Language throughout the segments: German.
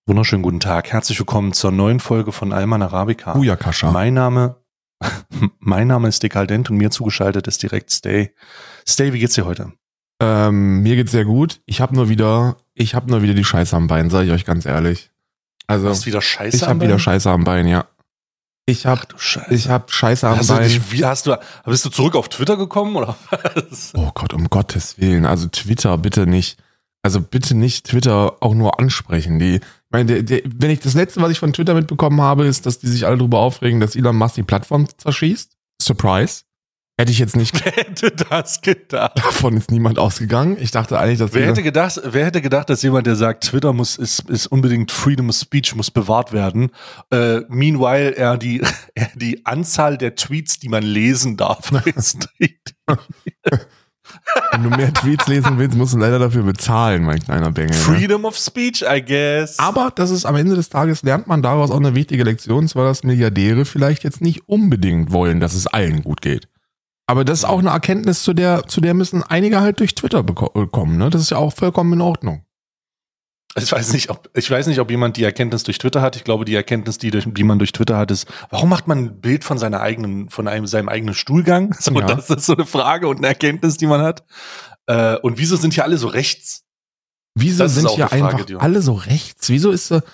Wunderschönen guten Tag. Herzlich willkommen zur neuen Folge von Alman Arabica. Booyakascha. Mein Name ist Dekadent und mir zugeschaltet ist direkt Stay. Stay, wie geht's dir heute? Mir geht's sehr gut. Ich habe nur wieder die Scheiße am Bein, sage ich euch ganz ehrlich. Also, Hast du wieder Scheiße ich am habe Bein? wieder Scheiße am Bein, ja. Ich habe Scheiße am Bein. Bist du zurück auf Twitter gekommen oder was? Oh Gott, um Gottes Willen. Also Twitter bitte nicht. Also bitte nicht Twitter auch nur ansprechen. Wenn ich das Letzte, was ich von Twitter mitbekommen habe, ist, dass die sich alle darüber aufregen, dass Elon Musk die Plattform zerschießt. Surprise. Hätte ich jetzt nicht. Wer hätte das gedacht? Davon ist niemand ausgegangen. Ich dachte eigentlich, dass Wer hätte gedacht, dass jemand, der sagt, Twitter ist unbedingt Freedom of Speech, muss bewahrt werden. Meanwhile er die Anzahl der Tweets, die man lesen darf, restriktiert. Wenn du mehr Tweets lesen willst, musst du leider dafür bezahlen, mein kleiner Bengel. Freedom of Speech, I guess. Aber das ist am Ende des Tages, lernt man daraus auch eine wichtige Lektion, zwar, dass Milliardäre vielleicht jetzt nicht unbedingt wollen, dass es allen gut geht. Aber das ist auch eine Erkenntnis, zu der müssen einige halt durch Twitter kommen. Ne? Das ist ja auch vollkommen in Ordnung. Ich weiß nicht, ob jemand die Erkenntnis durch Twitter hat. Ich glaube, die Erkenntnis, die man durch Twitter hat, ist, warum macht man ein Bild von seinem eigenen Stuhlgang? So, ja. Das ist so eine Frage und eine Erkenntnis, die man hat. Und wieso sind hier alle so rechts? Wieso sind hier einfach alle so rechts? Wieso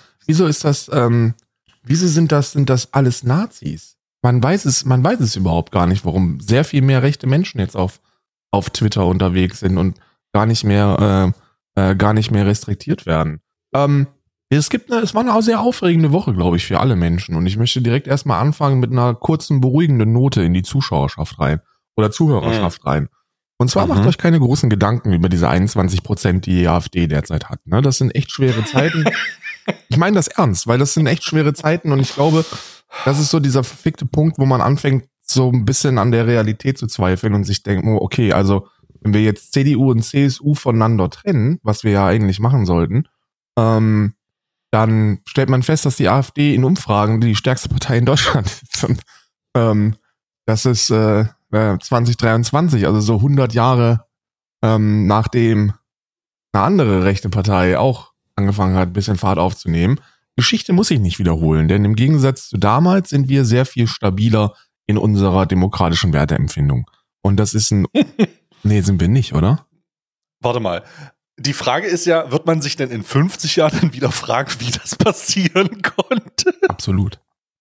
sind das alles Nazis? Man weiß es überhaupt gar nicht, warum sehr viel mehr rechte Menschen jetzt auf Twitter unterwegs sind und gar nicht mehr restriktiert werden. Es war eine sehr aufregende Woche, glaube ich, für alle Menschen. Und ich möchte direkt erstmal anfangen mit einer kurzen, beruhigenden Note in die Zuschauerschaft rein. Oder Zuhörerschaft rein. Und zwar macht euch keine großen Gedanken über diese 21%, die die AfD derzeit hat. Ne? Das sind echt schwere Zeiten. Ich meine das ernst, weil das sind echt schwere Zeiten. Und ich glaube, das ist so dieser verfickte Punkt, wo man anfängt, so ein bisschen an der Realität zu zweifeln und sich denkt, oh, okay, also wenn wir jetzt CDU und CSU voneinander trennen, was wir ja eigentlich machen sollten, dann stellt man fest, dass die AfD in Umfragen die stärkste Partei in Deutschland ist. Und das ist 2023, also so 100 Jahre nachdem eine andere rechte Partei auch angefangen hat, ein bisschen Fahrt aufzunehmen. Geschichte muss sich nicht wiederholen, denn im Gegensatz zu damals sind wir sehr viel stabiler in unserer demokratischen Werteempfindung. Und das ist Nee, sind wir nicht, oder? Warte mal. Die Frage ist ja, wird man sich denn in 50 Jahren dann wieder fragen, wie das passieren konnte? Absolut.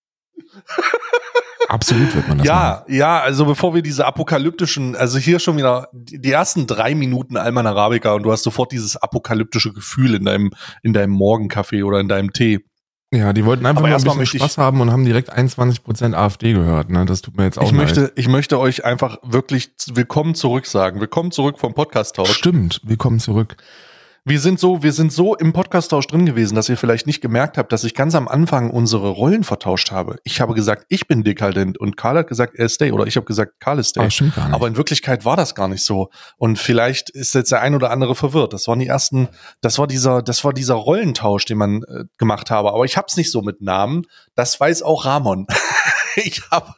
Absolut wird man das machen. Ja, also bevor wir diese apokalyptischen, also hier schon wieder die ersten 3 Minuten Alman Arabica und du hast sofort dieses apokalyptische Gefühl in deinem Morgenkaffee oder in deinem Tee. Ja, die wollten einfach mal ein bisschen Spaß haben und haben direkt 21% AfD gehört. Ne? Das tut mir jetzt auch leid. Ich möchte euch einfach wirklich willkommen zurück sagen. Willkommen zurück vom Podcast-Tausch. Stimmt, willkommen zurück. Wir sind so im Podcast-Tausch drin gewesen, dass ihr vielleicht nicht gemerkt habt, dass ich ganz am Anfang unsere Rollen vertauscht habe. Ich habe gesagt, ich bin Dekadent und Karl hat gesagt, er ist Stay oder ich habe gesagt, Karl ist Stay. Stimmt gar nicht. Aber in Wirklichkeit war das gar nicht so. Und vielleicht ist jetzt der ein oder andere verwirrt. Das war dieser Rollentausch, den man gemacht habe. Aber ich hab's nicht so mit Namen. Das weiß auch Ramon. Ich habe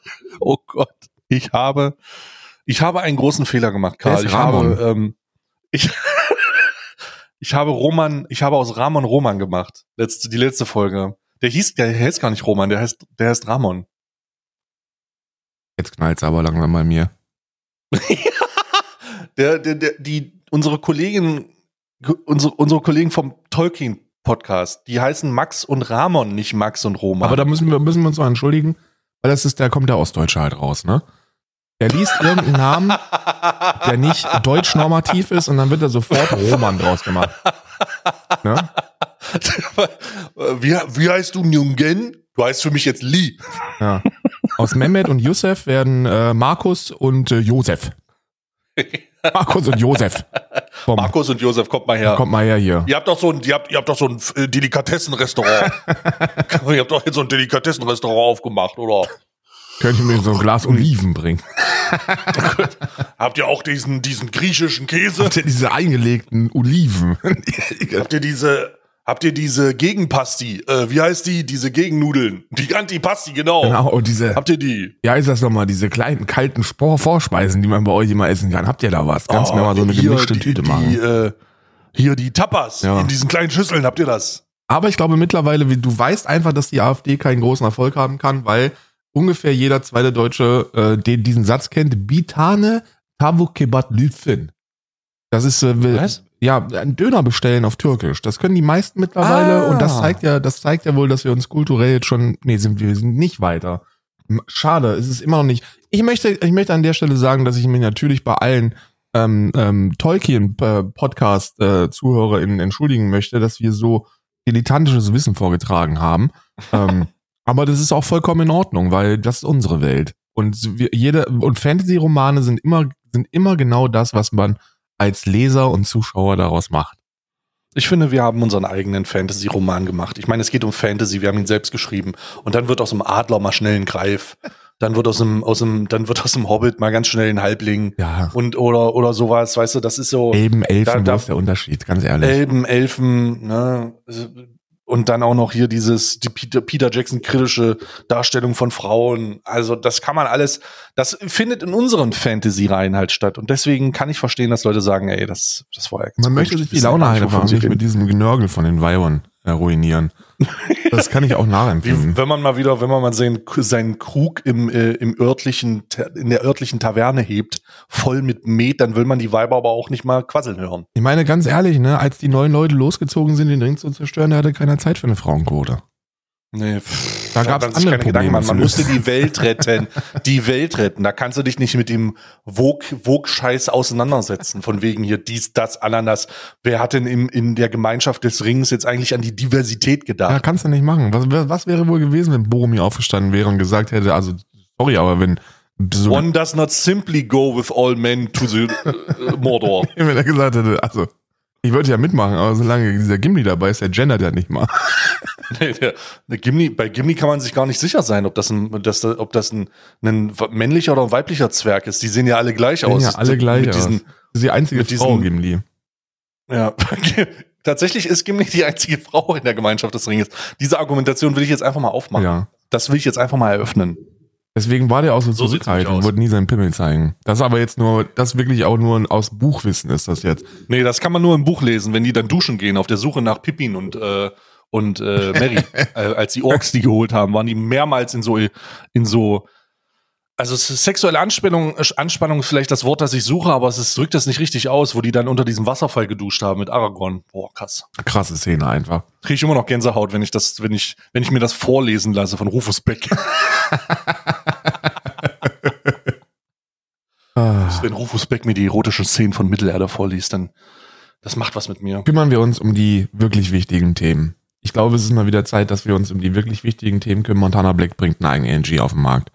einen großen Fehler gemacht, Karl. Ich habe aus Ramon Roman gemacht. Die letzte Folge. Der heißt gar nicht Roman, der heißt Ramon. Jetzt knallt's aber langsam bei mir. Unsere Kollegen vom Tolkien-Podcast, die heißen Max und Ramon, nicht Max und Roman. Aber da müssen wir uns noch entschuldigen, weil da kommt der Ostdeutsche halt raus, ne? Der liest irgendeinen Namen, der nicht deutsch-normativ ist und dann wird er sofort Roman draus gemacht. Ne? Wie heißt du, Njungen? Du heißt für mich jetzt Lee. Ja. Aus Mehmet und Youssef werden Markus und Josef. Markus und Josef. Komm. Markus und Josef, kommt mal her. Kommt mal her hier. Ihr habt doch so ein Delikatessenrestaurant. Ihr habt doch jetzt so ein Delikatessenrestaurant aufgemacht, oder? Könnte ich mir so ein Glas Oliven bringen. Habt ihr auch diesen griechischen Käse? Habt ihr diese eingelegten Oliven? Habt ihr diese Gegenpasti? Wie heißt die? Diese Gegennudeln. Die Antipasti, genau. Genau, und habt ihr die? Ja, ist das nochmal, diese kleinen, kalten Vorspeisen, die man bei euch immer essen kann. Habt ihr da was? Kannst du mir mal so eine gemischte Tüte machen? Hier die Tapas ja. in diesen kleinen Schüsseln, habt ihr das? Aber ich glaube mittlerweile, du weißt einfach, dass die AfD keinen großen Erfolg haben kann, weil ungefähr jeder zweite Deutsche diesen Satz kennt. Bitane tavukebat lütfen. Das ist Was? ja ein Döner bestellen auf Türkisch. Das können die meisten mittlerweile und das zeigt ja wohl, dass wir uns kulturell jetzt schon, wir sind nicht weiter. Schade, es ist immer noch nicht. Ich möchte an der Stelle sagen, dass ich mich natürlich bei allen Tolkien-Podcast-ZuhörerInnen entschuldigen möchte, dass wir so dilettantisches Wissen vorgetragen haben. Aber das ist auch vollkommen in Ordnung, weil das ist unsere Welt. Und Fantasy-Romane sind immer genau das, was man als Leser und Zuschauer daraus macht. Ich finde, wir haben unseren eigenen Fantasy-Roman gemacht. Ich meine, es geht um Fantasy, wir haben ihn selbst geschrieben. Und dann wird aus dem Adler mal schnell ein Greif. Dann wird aus dem Hobbit mal ganz schnell ein Halbling. Ja. Oder sowas, weißt du, das ist so. Elben, Elfen, wo ist der Unterschied, ganz ehrlich. Elben, Elfen, ne? Und dann auch noch hier die Peter Jackson kritische Darstellung von Frauen. Also das kann man alles, das findet in unseren Fantasy-Reihen halt statt. Und deswegen kann ich verstehen, dass Leute sagen, ey, das war ja. Man möchte sich die Laune einfach nicht mit diesem Genörgel von den Weibern ruinieren. Das kann ich auch nachempfinden. Wenn man mal seinen Krug in der örtlichen Taverne hebt, voll mit Met, dann will man die Weiber aber auch nicht mal quasseln hören. Ich meine, ganz ehrlich, ne, als die 9 Leute losgezogen sind, den Ring zu zerstören, da hatte keiner Zeit für eine Frauenquote. Nee, da gab es andere Probleme. Man musste die Welt retten. Die Welt retten. Da kannst du dich nicht mit dem Vogue-Scheiß auseinandersetzen. Von wegen hier dies, das, Ananas. Wer hat denn in der Gemeinschaft des Rings jetzt eigentlich an die Diversität gedacht? Ja, kannst du nicht machen. Was wäre wohl gewesen, wenn Boromir aufgestanden wäre und gesagt hätte, also, sorry, aber wenn so One does not simply go with all men to the Mordor. Wenn er gesagt hätte, also, ich wollte ja mitmachen, aber solange dieser Gimli dabei ist, der gendert ja nicht mal. Nee, bei Gimli kann man sich gar nicht sicher sein, ob das ein männlicher oder ein weiblicher Zwerg ist. Die sehen ja alle gleich aus. Ja, alle gleich aus. Das ist die einzige Frau, Gimli. Ja, tatsächlich ist Gimli die einzige Frau in der Gemeinschaft des Ringes. Diese Argumentation will ich jetzt einfach mal aufmachen. Ja. Das will ich jetzt einfach mal eröffnen. Deswegen war der auch so zurückhaltend und wollte nie seinen Pimmel zeigen. Das ist aber jetzt das wirklich auch nur aus Buchwissen ist das jetzt. Nee, das kann man nur im Buch lesen, wenn die dann duschen gehen auf der Suche nach Pippin und Merry. Als die Orks die geholt haben, waren die mehrmals in so, also sexuelle Anspannung ist vielleicht das Wort, das ich suche, aber drückt das nicht richtig aus, wo die dann unter diesem Wasserfall geduscht haben mit Aragorn. Boah, krass. Krasse Szene einfach. Kriege ich immer noch Gänsehaut, wenn ich mir das vorlesen lasse von Rufus Beck. Wenn Rufus Beck mir die erotischen Szenen von Mittelerde vorliest, dann das macht was mit mir. Kümmern wir uns um die wirklich wichtigen Themen. Ich glaube, es ist mal wieder Zeit, dass wir uns um die wirklich wichtigen Themen kümmern. Montana Black bringt einen eigenen Energy auf den Markt.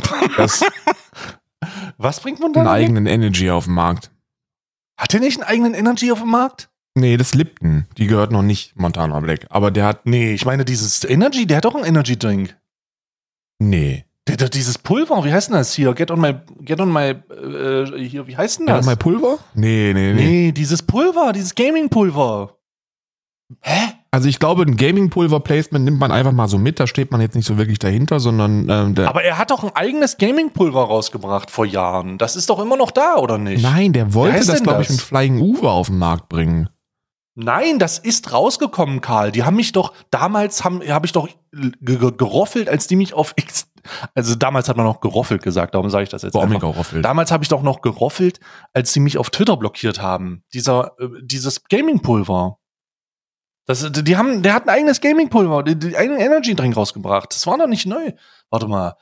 Was bringt Montana Black? Einen eigenen Energy auf den Markt. Hat der nicht einen eigenen Energy auf dem Markt? Nee, das Lipton. Die gehört noch nicht Montana Black. Aber der hat... Nee, ich meine dieses Energy, der hat doch einen Energy Drink. Nee. Der hat dieses Pulver, wie heißt denn das hier? Get on my, hier, wie heißt denn das? Get on my Pulver? Nee. Nee, dieses Pulver, dieses Gaming-Pulver. Hä? Also ich glaube, ein Gaming-Pulver-Placement nimmt man einfach mal so mit, da steht man jetzt nicht so wirklich dahinter, sondern... Aber er hat doch ein eigenes Gaming-Pulver rausgebracht vor Jahren. Das ist doch immer noch da, oder nicht? Nein, der wollte das, glaube ich, mit Flying Uwe auf den Markt bringen. Nein, das ist rausgekommen, Karl. Die haben mich doch, damals habe ich doch geroffelt, als die mich auf also damals hat man noch geroffelt gesagt, darum sage ich das jetzt einfach. Damals habe ich doch noch geroffelt, als sie mich auf Twitter blockiert haben. Dieses Gaming-Pulver. Der hat ein eigenes Gaming-Pulver, die eigenen Energy-Drink rausgebracht. Das war doch nicht neu. Warte mal.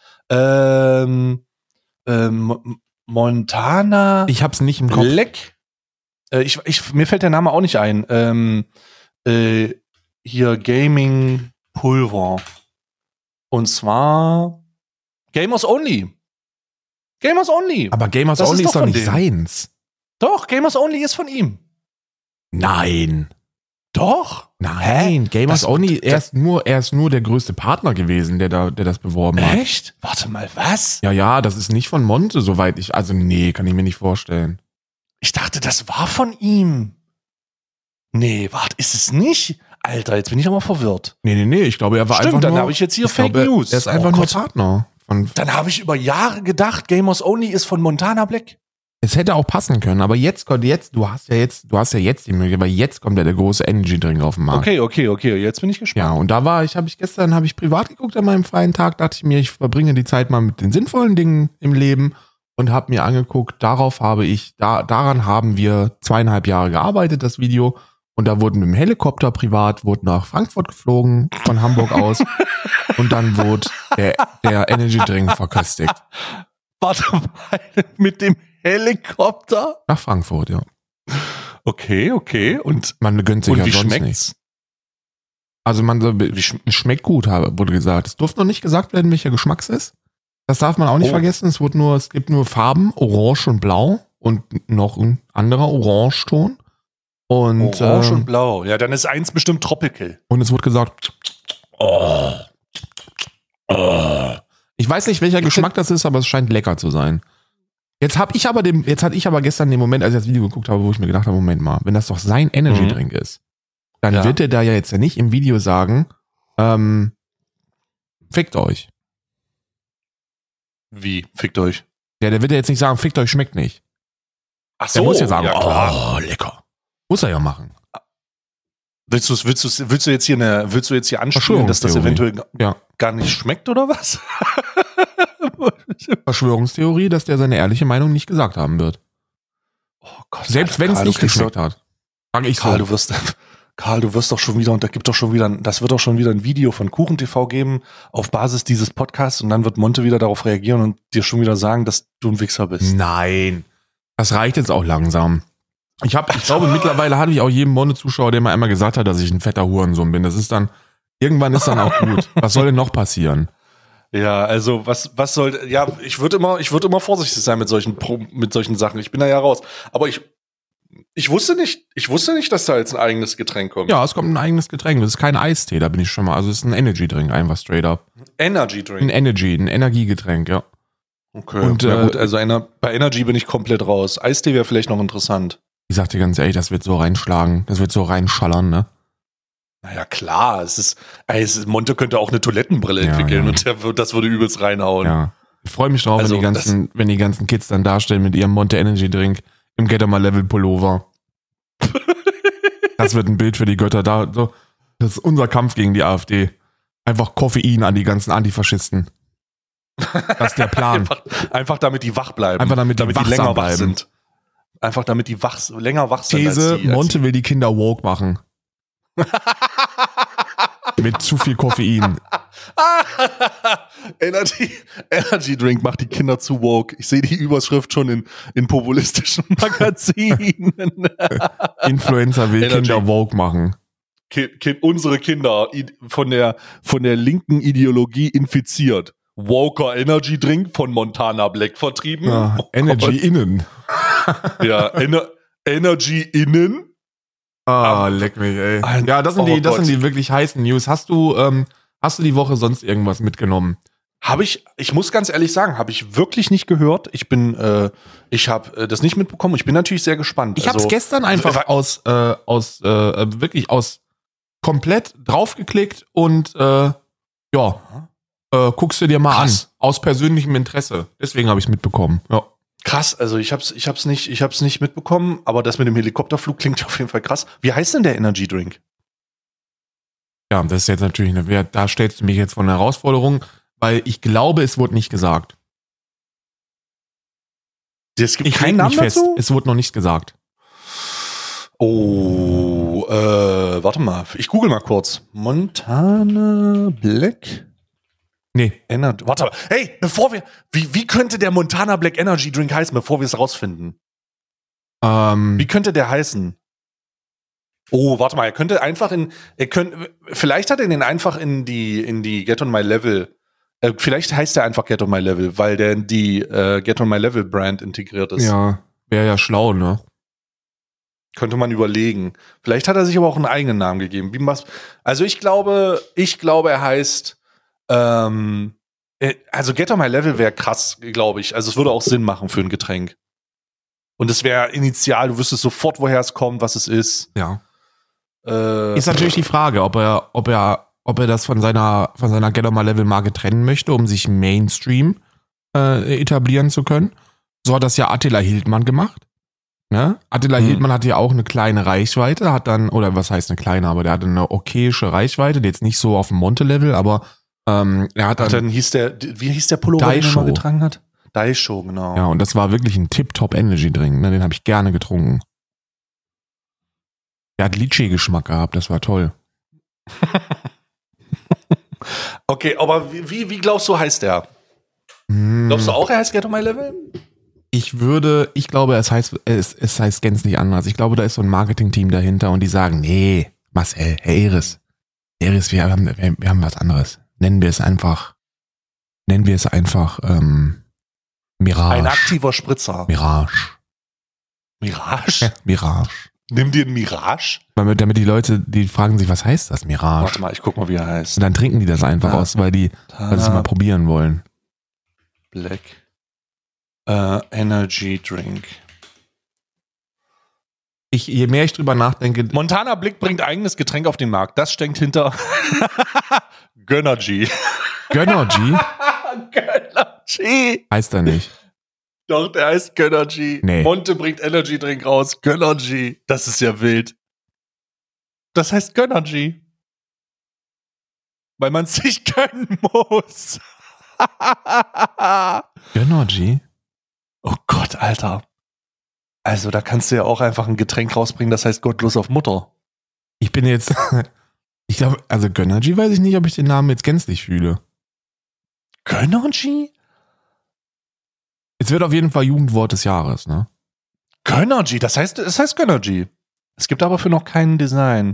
Montana. Ich hab's nicht im Kopf. Black. Mir fällt der Name auch nicht ein. Hier Gaming-Pulver. Und zwar Gamers Only. Gamers Only. Aber Gamers Only ist doch nicht seins. Doch, Gamers Only ist von ihm. Nein. Doch? Nein, Gamers Only, er ist nur der größte Partner gewesen, der das beworben hat. Echt? Warte mal, was? Ja, das ist nicht von Monte, soweit nee, kann ich mir nicht vorstellen. Ich dachte, das war von ihm. Nee, warte, ist es nicht? Alter, jetzt bin ich aber verwirrt. Nee, ich glaube, er war einfach nur... dann habe ich jetzt hier Fake News. Er ist einfach nur Partner. Dann habe ich über Jahre gedacht, Gamers Only ist von Montana Black. Es hätte auch passen können, aber du hast ja jetzt die Möglichkeit, weil jetzt kommt ja der große Energy Drink auf den Markt. Okay, jetzt bin ich gespannt. Ja, und da gestern habe ich privat geguckt an meinem freien Tag, dachte ich mir, ich verbringe die Zeit mal mit den sinnvollen Dingen im Leben und habe mir angeguckt, daran haben wir 2,5 Jahre gearbeitet, das Video. Und da wurden mit dem Helikopter privat, wurde nach Frankfurt geflogen, von Hamburg aus. Und dann wurde der Energy Drink verköstigt. Warte mal, mit dem Helikopter? Nach Frankfurt, ja. Okay. Und man gönnt sich ja wie sonst schmeckt's? nicht. Also es schmeckt gut, wurde gesagt. Es durfte noch nicht gesagt werden, welcher Geschmack es ist. Das darf man auch nicht vergessen. Es gibt nur Farben, Orange und Blau und noch ein anderer Orangeton. Und, Orange und Blau. Ja, dann ist eins bestimmt Tropical. Und es wurde gesagt, ich weiß nicht, welcher Geschmack das ist, aber es scheint lecker zu sein. Jetzt hatte ich aber gestern den Moment, als ich das Video geguckt habe, wo ich mir gedacht habe, Moment mal, wenn das doch sein Energy Drink ist, dann wird er da ja jetzt nicht im Video sagen, fickt euch. Wie? Fickt euch? Ja, der wird ja jetzt nicht sagen, fickt euch, schmeckt nicht. Ach so. Der muss ja sagen, klar. Lecker. Muss er ja machen. Willst du jetzt hier anspielen, dass das eventuell gar nicht schmeckt oder was? Verschwörungstheorie, dass der seine ehrliche Meinung nicht gesagt haben wird. Oh Gott, selbst wenn es nicht geschmeckt hat. Sag ich Karl, so. du wirst doch schon wieder, und das wird doch schon wieder ein Video von KuchenTV geben, auf Basis dieses Podcasts, und dann wird Monte wieder darauf reagieren und dir schon wieder sagen, dass du ein Wichser bist. Nein. Das reicht jetzt auch langsam. Ich glaube, mittlerweile hatte ich auch jedem Monte-Zuschauer, der mir einmal gesagt hat, dass ich ein fetter Hurensohn bin. Irgendwann ist dann auch gut. Was soll denn noch passieren? Ja, also was soll, ja, ich würde immer vorsichtig sein mit solchen Sachen. Ich bin da ja raus. Aber ich wusste nicht, dass da jetzt ein eigenes Getränk kommt. Ja, es kommt ein eigenes Getränk. Das ist kein Eistee, da bin ich schon mal. Also es ist ein Energy-Drink, einfach straight up. Energy Drink? Ein Energiegetränk, ja. Okay, und, ja gut, also bei Energy bin ich komplett raus. Eistee wäre vielleicht noch interessant. Ich sag dir ganz ehrlich, das wird so reinschlagen, das wird so reinschallern, ne? Naja, klar, Monte könnte auch eine Toilettenbrille entwickeln und das würde übelst reinhauen. Ja. Ich freue mich drauf, wenn die ganzen Kids dann darstellen mit ihrem Monte Energy Drink im Get on My Level Pullover. Das wird ein Bild für die Götter. Das ist unser Kampf gegen die AfD. Einfach Koffein an die ganzen Antifaschisten. Das ist der Plan. Einfach damit die wach bleiben. Einfach damit die länger wach bleiben. sind. Einfach damit die länger wach sind. These, Monte will die Kinder woke machen. Mit zu viel Koffein. Energy Drink macht die Kinder zu woke. Ich sehe die Überschrift schon in populistischen Magazinen. Influencer will Kinder woke machen. Unsere Kinder von der linken Ideologie infiziert. Woker Energy Drink von Montana Black vertrieben. Ja, Energy innen. Ja, Energy innen. Leck mich, ey. Ja, das sind die wirklich heißen News. Hast du die Woche sonst irgendwas mitgenommen? Ich muss ganz ehrlich sagen, habe ich wirklich nicht gehört. Ich habe das nicht mitbekommen. Ich bin natürlich sehr gespannt. Ich habe es gestern einfach wirklich aus komplett draufgeklickt und guckst du dir mal an. Aus persönlichem Interesse. Deswegen habe ich es mitbekommen. Ja. Krass, also ich hab's nicht mitbekommen, aber das mit dem Helikopterflug klingt auf jeden Fall krass. Wie heißt denn der Energy Drink? Ja, das ist jetzt natürlich da stellst du mich jetzt vor eine Herausforderung, weil ich glaube, es wurde nicht gesagt. Es gibt keinen Namen dazu? Es wurde noch nicht gesagt. Oh, warte mal, ich google mal kurz. Montana Black? Nee. Warte mal. Hey, wie könnte der Montana Black Energy Drink heißen, bevor wir es rausfinden? Wie könnte der heißen? Oh, warte mal, vielleicht hat er den einfach in die Get on My Level, vielleicht heißt er einfach Get on My Level, weil der in die Get on My Level Brand integriert ist. Ja, wäre ja schlau, ne? Könnte man überlegen. Vielleicht hat er sich aber auch einen eigenen Namen gegeben. Also ich glaube, er heißt also Get on My Level wäre krass, glaube ich. Also es würde auch Sinn machen für ein Getränk. Und es wäre initial, du wüsstest sofort, woher es kommt, was es ist. Ja. Ist natürlich die Frage, ob er das von seiner Get on My Level Marke trennen möchte, um sich Mainstream etablieren zu können. So hat das ja Attila Hildmann gemacht. Ne? Attila Hildmann hatte ja auch eine kleine Reichweite, hat dann, oder was heißt eine kleine, aber der hatte eine okayische Reichweite, jetzt nicht so auf dem Monte-Level, aber er hat dann wie hieß der Pullover, den er mal getragen hat? Daisho, genau. Ja, und das war wirklich ein Tip-Top-Energy-Drink, ne? Den habe ich gerne getrunken. Der hat Litchi-Geschmack gehabt, das war toll. Okay, aber wie glaubst du, heißt der? Glaubst du auch, er heißt Get on My Level? Ich glaube, es heißt gänzlich anders. Ich glaube, da ist so ein Marketing-Team dahinter und die sagen, nee, Marcel, Herr Eris, wir haben was anderes. Nennen wir es einfach Mirage. Ein aktiver Spritzer. Mirage? Ja, Mirage. Nimm dir ein Mirage? Damit die Leute, die fragen sich, was heißt das, Mirage? Warte mal, ich guck mal, wie er heißt. Und dann trinken die das einfach aus, weil sie es mal probieren wollen. Black Energy Drink. Je mehr ich drüber nachdenke... Montana Blick bringt eigenes Getränk auf den Markt. Das steckt hinter Gönnergy. Gönnergy? Gönnergy. Heißt er nicht. Doch, der heißt Gönnergy. Nee. Monte bringt Energy Drink raus. Gönnergy. Das ist ja wild. Das heißt Gönnergy. Weil man es sich gönnen muss. Gönnergy? Oh Gott, Alter. Also, da kannst du ja auch einfach ein Getränk rausbringen, das heißt Gottlos auf Mutter. Ich glaube, also Gönnergy weiß ich nicht, ob ich den Namen jetzt gänzlich fühle. Gönnergy? Es wird auf jeden Fall Jugendwort des Jahres, ne? Gönnergy, es heißt Gönnergy. Es gibt aber für noch kein Design.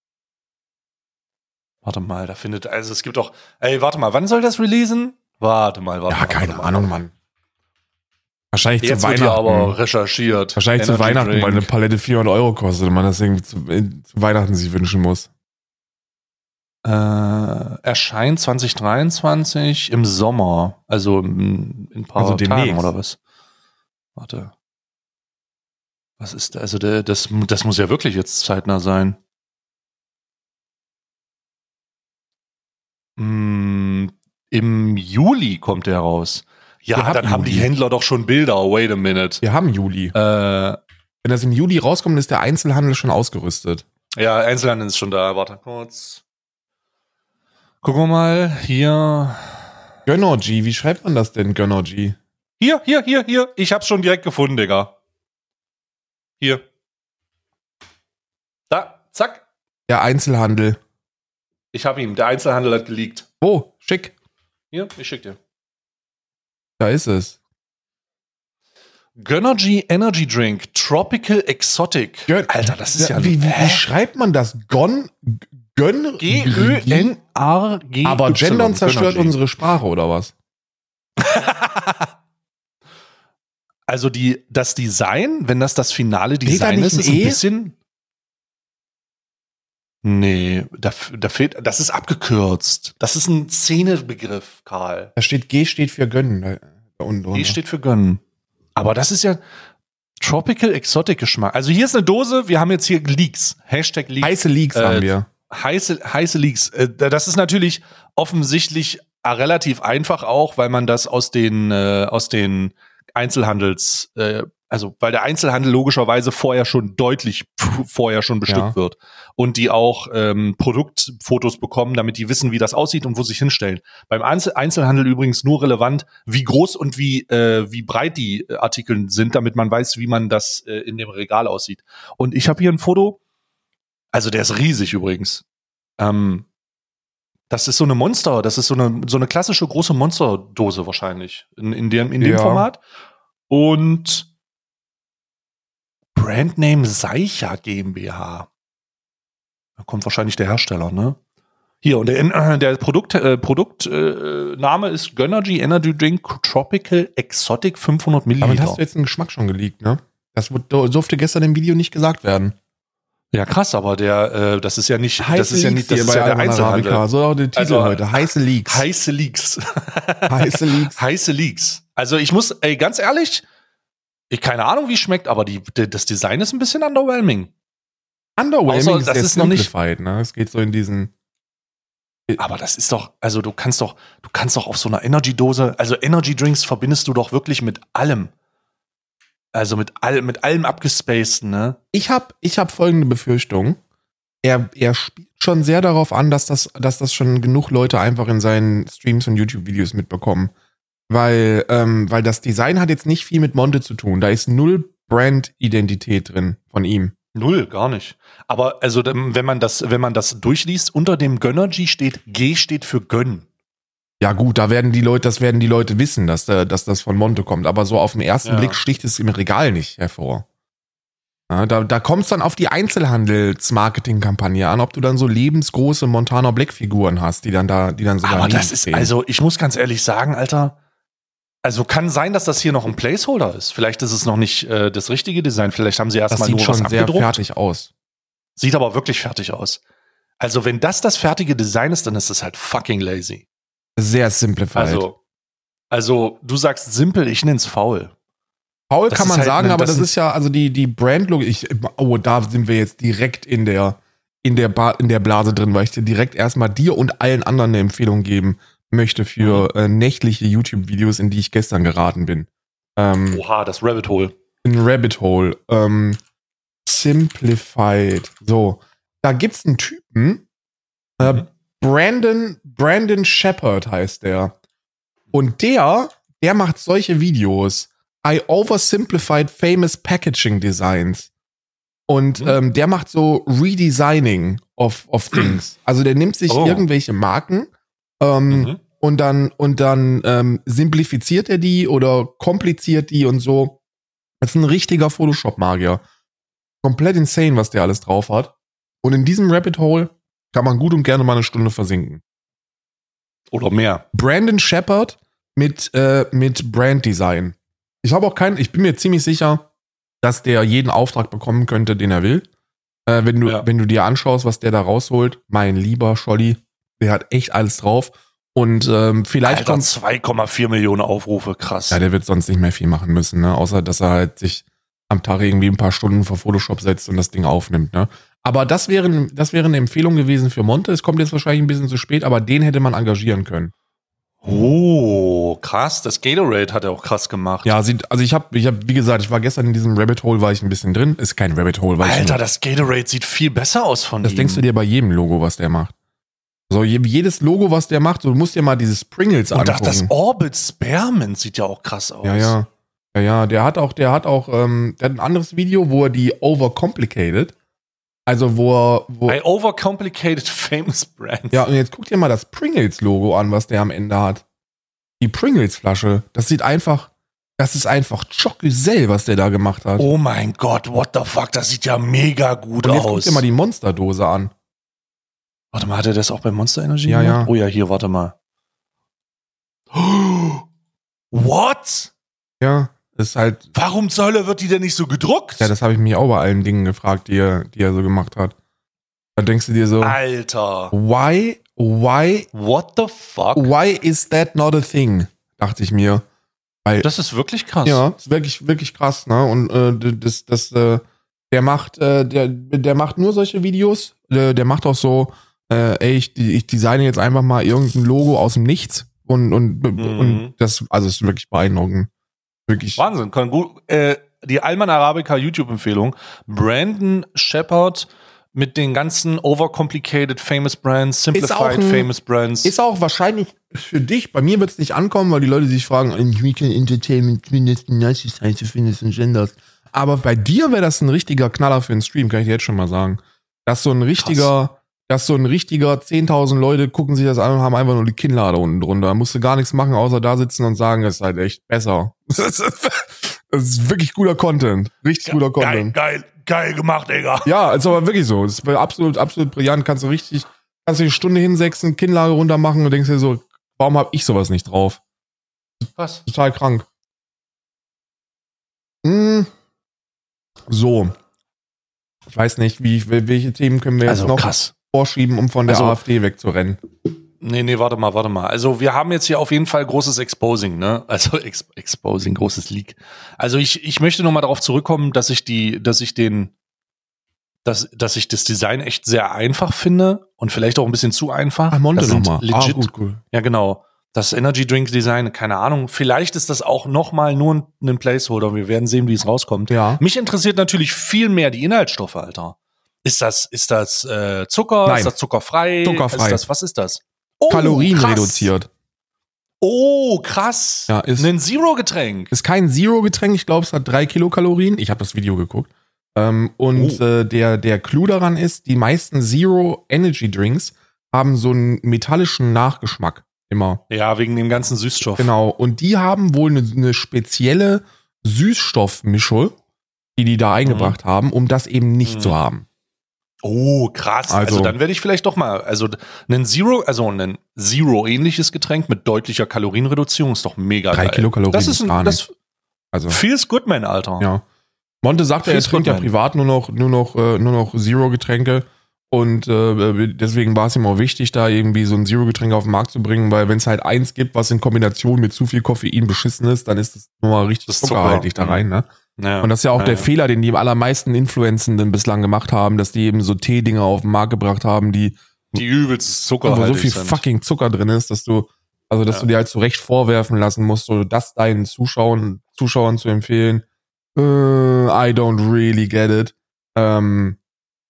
Warte mal, es gibt doch, warte mal, wann soll das releasen? Warte mal. Keine Ahnung, Mann. Wahrscheinlich jetzt zu Weihnachten. Wird ja aber recherchiert. Wahrscheinlich Energy zu Weihnachten, Drink. weil eine Palette 400 € kostet und man das irgendwie zu Weihnachten sich wünschen muss. Erscheint 2023 im Sommer. Also in ein paar Tagen demnächst. oder was? Warte. Was ist da? Also das muss ja wirklich jetzt zeitnah sein. Im Juli kommt der raus. Ja, dann haben die Händler doch schon Bilder. Wait a minute. Wir haben Juli. Wenn das im Juli rauskommt, ist der Einzelhandel schon ausgerüstet. Ja, Einzelhandel ist schon da. Warte kurz. Gucken wir mal. Hier. Gönnergy, wie schreibt man das denn, Gönnergy? Hier. Ich hab's schon direkt gefunden, Digga. Hier. Da, zack. Der Einzelhandel. Ich hab ihn. Der Einzelhandel hat geleakt. Oh, schick. Hier, ich schick dir. Da ist es. Gönnergy Energy Drink, Tropical Exotic. Alter, das ist ja... Wie schreibt man das? G-Ö-N-R-G. Aber Gendern zerstört unsere Sprache, oder was? Also das Design, wenn das finale Design ist, ist ein bisschen... Nee, da fehlt... Das ist abgekürzt. Das ist ein Szenebegriff, Karl. Da steht G steht für gönnen. G steht für gönnen. Aber das ist ja Tropical Exotic Geschmack. Also hier ist eine Dose, wir haben jetzt hier Leaks. Hashtag Leaks. Heiße Leaks haben wir. Heiße Leaks. Das ist natürlich offensichtlich relativ einfach auch, weil man das aus den Einzelhandels, weil der Einzelhandel logischerweise deutlich vorher schon bestückt wird und die auch Produktfotos bekommen, damit die wissen, wie das aussieht und wo sie sich hinstellen. Beim Einzelhandel übrigens nur relevant, wie groß und wie breit die Artikel sind, damit man weiß, wie man das in dem Regal aussieht. Und ich habe hier ein Foto, also der ist riesig übrigens. Das ist so eine Monster, das ist so eine klassische große Monsterdose wahrscheinlich in dem Format. Und Brandname Seicha GmbH. Da kommt wahrscheinlich der Hersteller, ne? Hier, und der Produktname ist Gönnergy Energy Drink Tropical Exotic 500 Milliliter. Aber hast du jetzt einen Geschmack schon geleakt, ne? Das durfte gestern im Video nicht gesagt werden. Ja, krass, aber das ist ja nicht, das ist ja der Einzelhandel. So auch der Titel heute. Heiße Leaks. Heiße Leaks. Heiße Leaks. Heiße Leaks. Also ich muss, ganz ehrlich, keine Ahnung, wie es schmeckt, aber das Design ist ein bisschen underwhelming. Underwhelming das ist noch nicht, ne? Es geht so in diesen. Aber das ist doch, also du kannst doch auf so einer Energy-Dose, also Energy-Drinks verbindest du doch wirklich mit allem. Also mit allem abgespaceden, ne? Ich hab folgende Befürchtung. Er spielt schon sehr darauf an, dass das schon genug Leute einfach in seinen Streams und YouTube-Videos mitbekommen. Weil das Design hat jetzt nicht viel mit Monte zu tun. Da ist null Brand-Identität drin von ihm. Null, gar nicht. Aber also, wenn man das durchliest, unter dem Gönnergy steht, G steht für Gönn. Ja gut, das werden die Leute wissen, dass das von Monte kommt. Aber so auf den ersten Blick sticht es im Regal nicht hervor. Ja, da kommt es dann auf die Einzelhandels-Marketing-Kampagne an, ob du dann so lebensgroße Montana Black-Figuren hast, die dann so aber das ist, also ich muss ganz ehrlich sagen, Alter, also kann sein, dass das hier noch ein Placeholder ist. Vielleicht ist es noch nicht das richtige Design. Vielleicht haben sie erstmal nur was abgedruckt. Das sieht schon sehr fertig aus. Sieht aber wirklich fertig aus. Also wenn das fertige Design ist, dann ist es halt fucking lazy. Sehr simplified. Also du sagst simpel, ich nenn's faul. Faul kann man sagen, aber das ist ja, also die Brandlogo, da sind wir jetzt direkt in der Blase drin, weil ich dir direkt erstmal dir und allen anderen eine Empfehlung geben möchte für nächtliche YouTube-Videos, in die ich gestern geraten bin. Oha, das Rabbit Hole. Ein Rabbit Hole. Simplified. So, da gibt's einen Typen, Brandon Shepard heißt der. Und der macht solche Videos. I oversimplified famous packaging designs. Und der macht so Redesigning of things. Also der nimmt sich irgendwelche Marken und dann simplifiziert er die oder kompliziert die und so. Das ist ein richtiger Photoshop-Magier. Komplett insane, was der alles drauf hat. Und in diesem Rabbit Hole kann man gut und gerne mal eine Stunde versinken. Oder mehr. Brandon Shepard mit Branddesign. Ich bin mir ziemlich sicher, dass der jeden Auftrag bekommen könnte, den er will. Wenn du dir anschaust, was der da rausholt, mein lieber Scholli, der hat echt alles drauf. Und vielleicht Alter, 2,4 Millionen Aufrufe, krass. Ja, der wird sonst nicht mehr viel machen müssen, ne? Außer, dass er halt sich am Tag irgendwie ein paar Stunden vor Photoshop setzt und das Ding aufnimmt, ne? Aber das wäre eine Empfehlung gewesen für Monte. Es kommt jetzt wahrscheinlich ein bisschen zu spät, aber den hätte man engagieren können. Oh, krass. Das Gatorade hat er auch krass gemacht. Ja, ich habe, wie gesagt, ich war gestern in diesem Rabbit Hole, war ich ein bisschen drin. Ist kein Rabbit Hole, weil Alter, das Gatorade sieht viel besser aus von ihm. Das denkst du dir bei jedem Logo, was der macht. So, jedes Logo, was der macht, du musst dir mal dieses Pringles angucken. Und das Orbit Spearmint sieht ja auch krass aus. Ja, der hat ein anderes Video, wo er die Overcomplicated, also wo I Overcomplicated Famous Brands. Ja, und jetzt guck dir mal das Pringles-Logo an, was der am Ende hat. Die Pringles-Flasche, das ist einfach Choc-Güzel, was der da gemacht hat. Oh mein Gott, what the fuck, das sieht ja mega gut und jetzt aus. Guck dir mal die Monsterdose an. Warte mal, hat er das auch bei Monster Energy gemacht? Ja. Oh ja, hier, warte mal. What? Ja, ist halt. Warum zur Hölle wird die denn nicht so gedruckt? Ja, das habe ich mich auch bei allen Dingen gefragt, die er so gemacht hat. Da denkst du dir so, Alter. Why? What the fuck? Why is that not a thing? Dachte ich mir. Weil, das ist wirklich krass. Ja, ist wirklich, wirklich krass, ne? Und der macht nur solche Videos. Der macht auch so, ich designe jetzt einfach mal irgendein Logo aus dem Nichts und das, also ist wirklich beeindruckend. Wirklich. Wahnsinn, kann gut. Die Alman Arabica YouTube-Empfehlung. Brandon Shepard mit den ganzen overcomplicated famous brands, simplified famous brands. Ist auch wahrscheinlich für dich, bei mir wird es nicht ankommen, weil die Leute sich fragen, Weekend Entertainment, findest und genders. Aber bei dir wäre das ein richtiger Knaller für einen Stream, kann ich dir jetzt schon mal sagen. Dass so ein richtiger 10.000 Leute gucken sich das an und haben einfach nur die Kinnlade unten drunter. Da musst du gar nichts machen, außer da sitzen und sagen, es ist halt echt besser. Das ist wirklich guter Content. Richtig guter Content. Geil gemacht, Digga. Ja, ist aber wirklich so. Es ist absolut brillant. Kannst du eine Stunde hinsetzen, Kinnlade runter machen und denkst dir so, warum hab ich sowas nicht drauf? Was? Total krank. So. Ich weiß nicht, welche Themen können wir jetzt noch vorschieben, um von der AfD wegzurennen. Nee, warte mal. Also wir haben jetzt hier auf jeden Fall großes Exposing, ne? Also Exposing, großes Leak. Also ich möchte nochmal darauf zurückkommen, dass ich das Design echt sehr einfach finde und vielleicht auch ein bisschen zu einfach. Monte das sind nochmal. legit, Cool. Ja, genau. Das Energy Drink Design, keine Ahnung. Vielleicht ist das auch nochmal nur ein Placeholder. Wir werden sehen, wie es rauskommt. Ja. Mich interessiert natürlich viel mehr die Inhaltsstoffe, Alter. Ist das Zucker? Nein. Ist das zuckerfrei? Zuckerfrei. Was ist das? Kalorien krass. reduziert. Oh, krass. Ja, ist ein Zero-Getränk. Ist kein Zero-Getränk. Ich glaube, es hat 3 Kilokalorien. Ich habe das Video geguckt. Der Clou daran ist, die meisten Zero-Energy-Drinks haben so einen metallischen Nachgeschmack immer. Ja, wegen dem ganzen Süßstoff. Genau. Und die haben wohl eine spezielle Süßstoffmischung, die da eingebracht haben, um das eben nicht zu haben. Oh, krass. Also dann werde ich vielleicht doch mal, ein Zero-ähnliches Getränk mit deutlicher Kalorienreduzierung ist doch mega 3 geil. Kilokalorien Das ist gar nicht. Also feels good, man, Alter. Ja. Monte sagt, er trinkt ja privat nur noch Zero-Getränke und deswegen war es ihm auch wichtig, da irgendwie so ein Zero-Getränk auf den Markt zu bringen, weil wenn es halt eins gibt, was in Kombination mit zu viel Koffein beschissen ist, dann ist es nur mal richtig zuckerhaltig da rein, ne? Ja, und das ist ja auch der Fehler, den die allermeisten Influencenden bislang gemacht haben, dass die eben so Tee-Dinger auf den Markt gebracht haben, die übelst zuckerhaltig wo so viel fucking Zucker drin ist, dass du dir halt so recht vorwerfen lassen musst, so das deinen Zuschauern zu empfehlen. I don't really get it. Den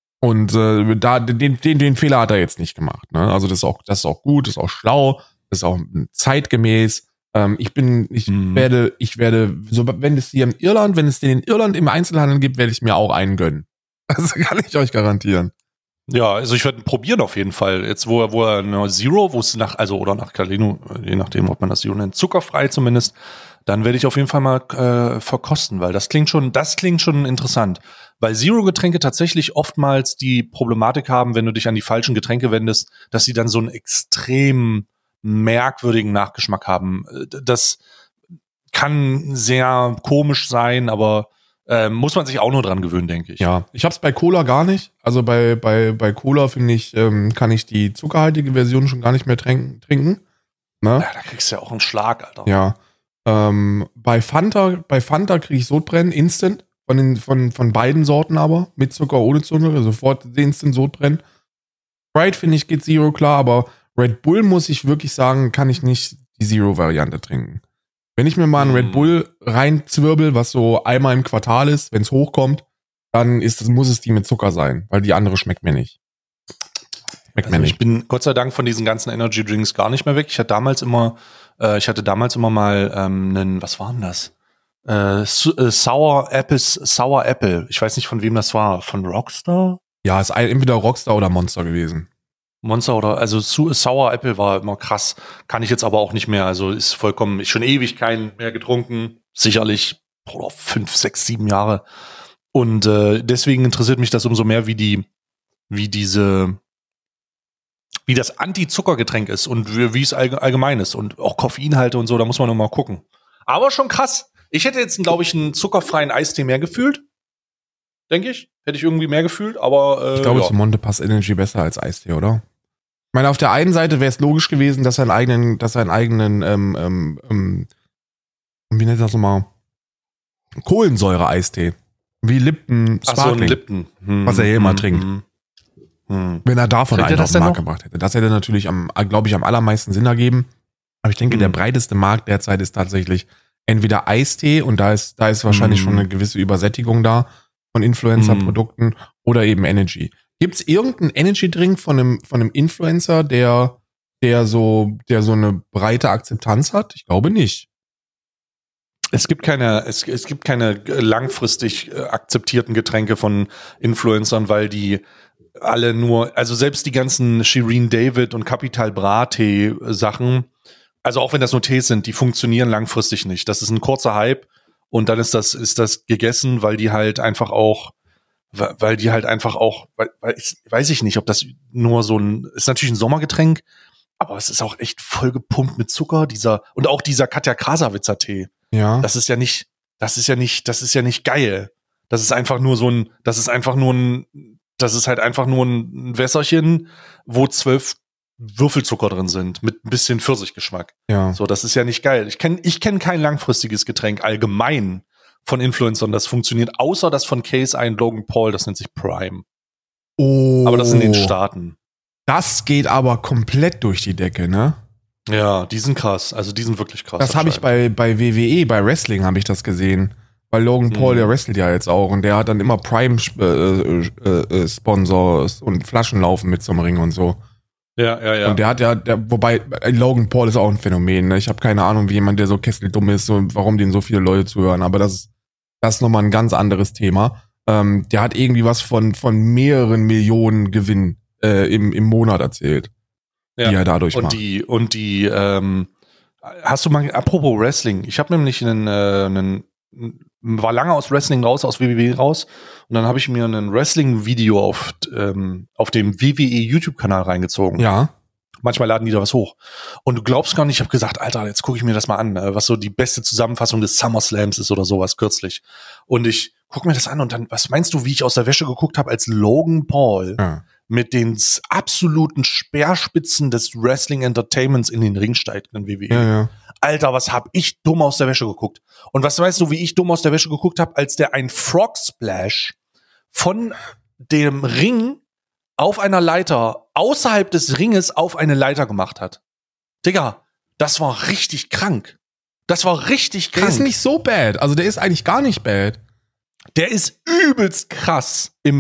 Fehler hat er jetzt nicht gemacht. Ne? Also das ist auch gut, das ist auch schlau, das ist auch zeitgemäß. Ich werde, so, wenn es den in Irland im Einzelhandel gibt, werde ich mir auch einen gönnen. Das kann ich euch garantieren. Ja, also ich werde probieren auf jeden Fall. Jetzt, wo er eine Zero, wo es nach Calino, je nachdem, ob man das Zero nennt, zuckerfrei zumindest, dann werde ich auf jeden Fall mal verkosten, weil das klingt schon interessant. Weil Zero-Getränke tatsächlich oftmals die Problematik haben, wenn du dich an die falschen Getränke wendest, dass sie dann so einen extrem merkwürdigen Nachgeschmack haben. Das kann sehr komisch sein, aber muss man sich auch nur dran gewöhnen, denke ich. Ja, ich hab's bei Cola gar nicht. Also bei Cola, finde ich, kann ich die zuckerhaltige Version schon gar nicht mehr trinken. Ne? Ja, da kriegst du ja auch einen Schlag, Alter. Ja. Bei Fanta kriege ich Sodbrennen instant. Von beiden Sorten aber. Mit Zucker, ohne Zucker. Sofort instant Sodbrennen. Sprite, finde ich, geht Zero klar, aber Red Bull, muss ich wirklich sagen, kann ich nicht die Zero-Variante trinken. Wenn ich mir mal einen Red Bull reinzwirbel, was so einmal im Quartal ist, wenn es hochkommt, dann muss es die mit Zucker sein, weil die andere schmeckt mir nicht. Ich bin Gott sei Dank von diesen ganzen Energy Drinks gar nicht mehr weg. Ich hatte damals immer mal was war denn das? Sour Apple. Ich weiß nicht, von wem das war. Von Rockstar? Ja, ist entweder Rockstar oder Monster gewesen. Sour Apple war immer krass. Kann ich jetzt aber auch nicht mehr. Also ist vollkommen, ich schon ewig keinen mehr getrunken. Sicherlich 5, 6, 7 Jahre. Und deswegen interessiert mich das umso mehr, wie das Anti-Zuckergetränk ist und wie es allgemein ist. Und auch Koffeinhalte und so, da muss man noch mal gucken. Aber schon krass. Ich hätte jetzt, glaube ich, einen zuckerfreien Eistee mehr gefühlt. Denke ich. Hätte ich irgendwie mehr gefühlt, aber ich glaube, zu Monte passt Energy besser als Eistee, oder? Ich meine, auf der einen Seite wäre es logisch gewesen, dass er einen eigenen wie nennt das nochmal? Kohlensäure-Eistee. Wie Lipton Sparkling. Lipton. Was er hier immer trinkt. Wenn er davon einen auf den Markt gebracht hätte. Das hätte natürlich, glaube ich, am allermeisten Sinn ergeben. Aber ich denke, der breiteste Markt derzeit ist tatsächlich entweder Eistee und da ist wahrscheinlich schon eine gewisse Übersättigung da von Influencer-Produkten oder eben Energy. Gibt's irgendeinen Energy-Drink von einem Influencer, der so eine breite Akzeptanz hat? Ich glaube nicht. Es gibt keine langfristig akzeptierten Getränke von Influencern, weil die alle nur, also selbst die ganzen Shireen David und Capital Bra Tee Sachen, also auch wenn das nur Tees sind, die funktionieren langfristig nicht. Das ist ein kurzer Hype und dann ist das gegessen, weil die halt einfach auch, weil ich weiß ich nicht, ob das nur so ist natürlich ein Sommergetränk, aber es ist auch echt voll gepumpt mit Zucker, dieser Katja Krasavitzer Tee. Ja. Das ist ja nicht geil. Das ist halt einfach nur ein Wässerchen, wo 12 Würfelzucker drin sind, mit ein bisschen Pfirsichgeschmack. Ja. So, das ist ja nicht geil. Ich kenn kein langfristiges Getränk allgemein von Influencern, das funktioniert, außer das von Case ein Logan Paul, das nennt sich Prime. Oh. Aber das in den Staaten. Das geht aber komplett durch die Decke, ne? Ja, die sind krass. Also die sind wirklich krass. Das habe ich bei WWE, bei Wrestling habe ich das gesehen. Weil Logan Paul, der wrestelt ja jetzt auch und der hat dann immer Prime-Sponsors und Flaschen laufen mit zum Ring und so. Ja. Und der hat wobei Logan Paul ist auch ein Phänomen. Ne? Ich habe keine Ahnung, wie jemand, der so kesseldumm ist und warum den so viele Leute zuhören. Aber das ist nochmal ein ganz anderes Thema. Der hat irgendwie was von mehreren Millionen Gewinn im Monat erzählt, die er dadurch macht. Hast du mal, apropos Wrestling, ich habe nämlich war lange aus Wrestling raus, aus WWE raus, und dann habe ich mir ein Wrestling-Video auf dem WWE YouTube-Kanal reingezogen. Ja. Manchmal laden die da was hoch. Und du glaubst gar nicht, ich habe gesagt, Alter, jetzt gucke ich mir das mal an, was so die beste Zusammenfassung des SummerSlams ist oder sowas kürzlich. Und ich gucke mir das an und dann, was meinst du, wie ich aus der Wäsche geguckt habe, als Logan Paul mit den absoluten Speerspitzen des Wrestling-Entertainments in den Ring steigt in WWE. Ja. Alter, was hab ich dumm aus der Wäsche geguckt. Und was weißt du, wie ich dumm aus der Wäsche geguckt habe, als der ein Frog Splash von dem Ring auf einer Leiter, außerhalb des Ringes auf eine Leiter gemacht hat. Digga, das war richtig krank. Der ist nicht so bad. Also der ist eigentlich gar nicht bad. Der ist übelst krass in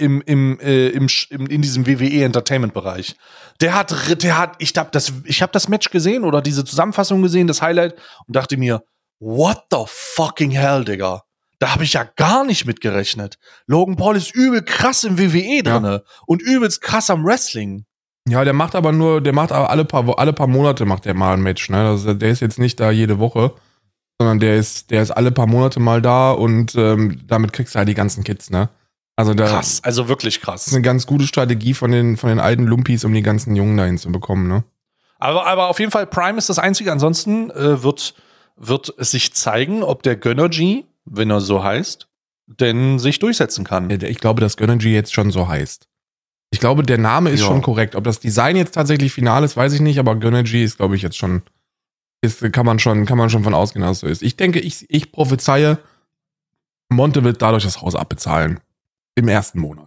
diesem WWE Entertainment Bereich. Ich habe das Match gesehen oder diese Zusammenfassung gesehen, das Highlight, und dachte mir, what the fucking hell, Digga? Da habe ich ja gar nicht mit gerechnet. Logan Paul ist übel krass im WWE drinne und übelst krass am Wrestling. Ja, der macht aber alle paar Monate macht der mal ein Match, ne? Also der ist jetzt nicht da jede Woche, sondern der ist alle paar Monate mal da und damit kriegst du halt die ganzen Kids, ne? Also krass, also wirklich krass. Das ist eine ganz gute Strategie von den alten Lumpis, um die ganzen Jungen dahin zu bekommen, ne? Aber auf jeden Fall, Prime ist das Einzige. Ansonsten wird es sich zeigen, ob der Gönnergy, wenn er so heißt, denn sich durchsetzen kann. Ich glaube, dass Gönnergy jetzt schon so heißt. Ich glaube, der Name ist schon korrekt. Ob das Design jetzt tatsächlich final ist, weiß ich nicht, aber Gönnergy ist, glaube ich, jetzt schon, kann man schon von ausgehen, dass es so ist. Ich denke, ich prophezeie, Monte wird dadurch das Haus abbezahlen. Im ersten Monat.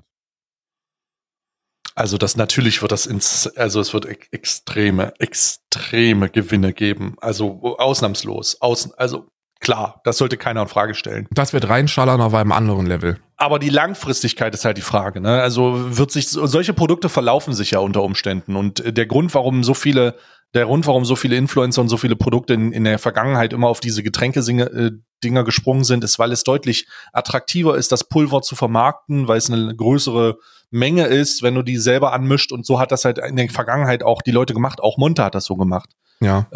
Also natürlich wird es wird extreme Gewinne geben. Also ausnahmslos. Also klar, das sollte keiner in Frage stellen. Das wird reinschallern auf einem anderen Level. Aber die Langfristigkeit ist halt die Frage, ne? Also solche Produkte verlaufen sich ja unter Umständen. Und der Grund, warum so viele Influencer und so viele Produkte in der Vergangenheit immer auf diese Getränke-Dinger gesprungen sind, ist, weil es deutlich attraktiver ist, das Pulver zu vermarkten, weil es eine größere Menge ist, wenn du die selber anmischt. Und so hat das halt in der Vergangenheit auch die Leute gemacht. Auch Monte hat das so gemacht. Ja.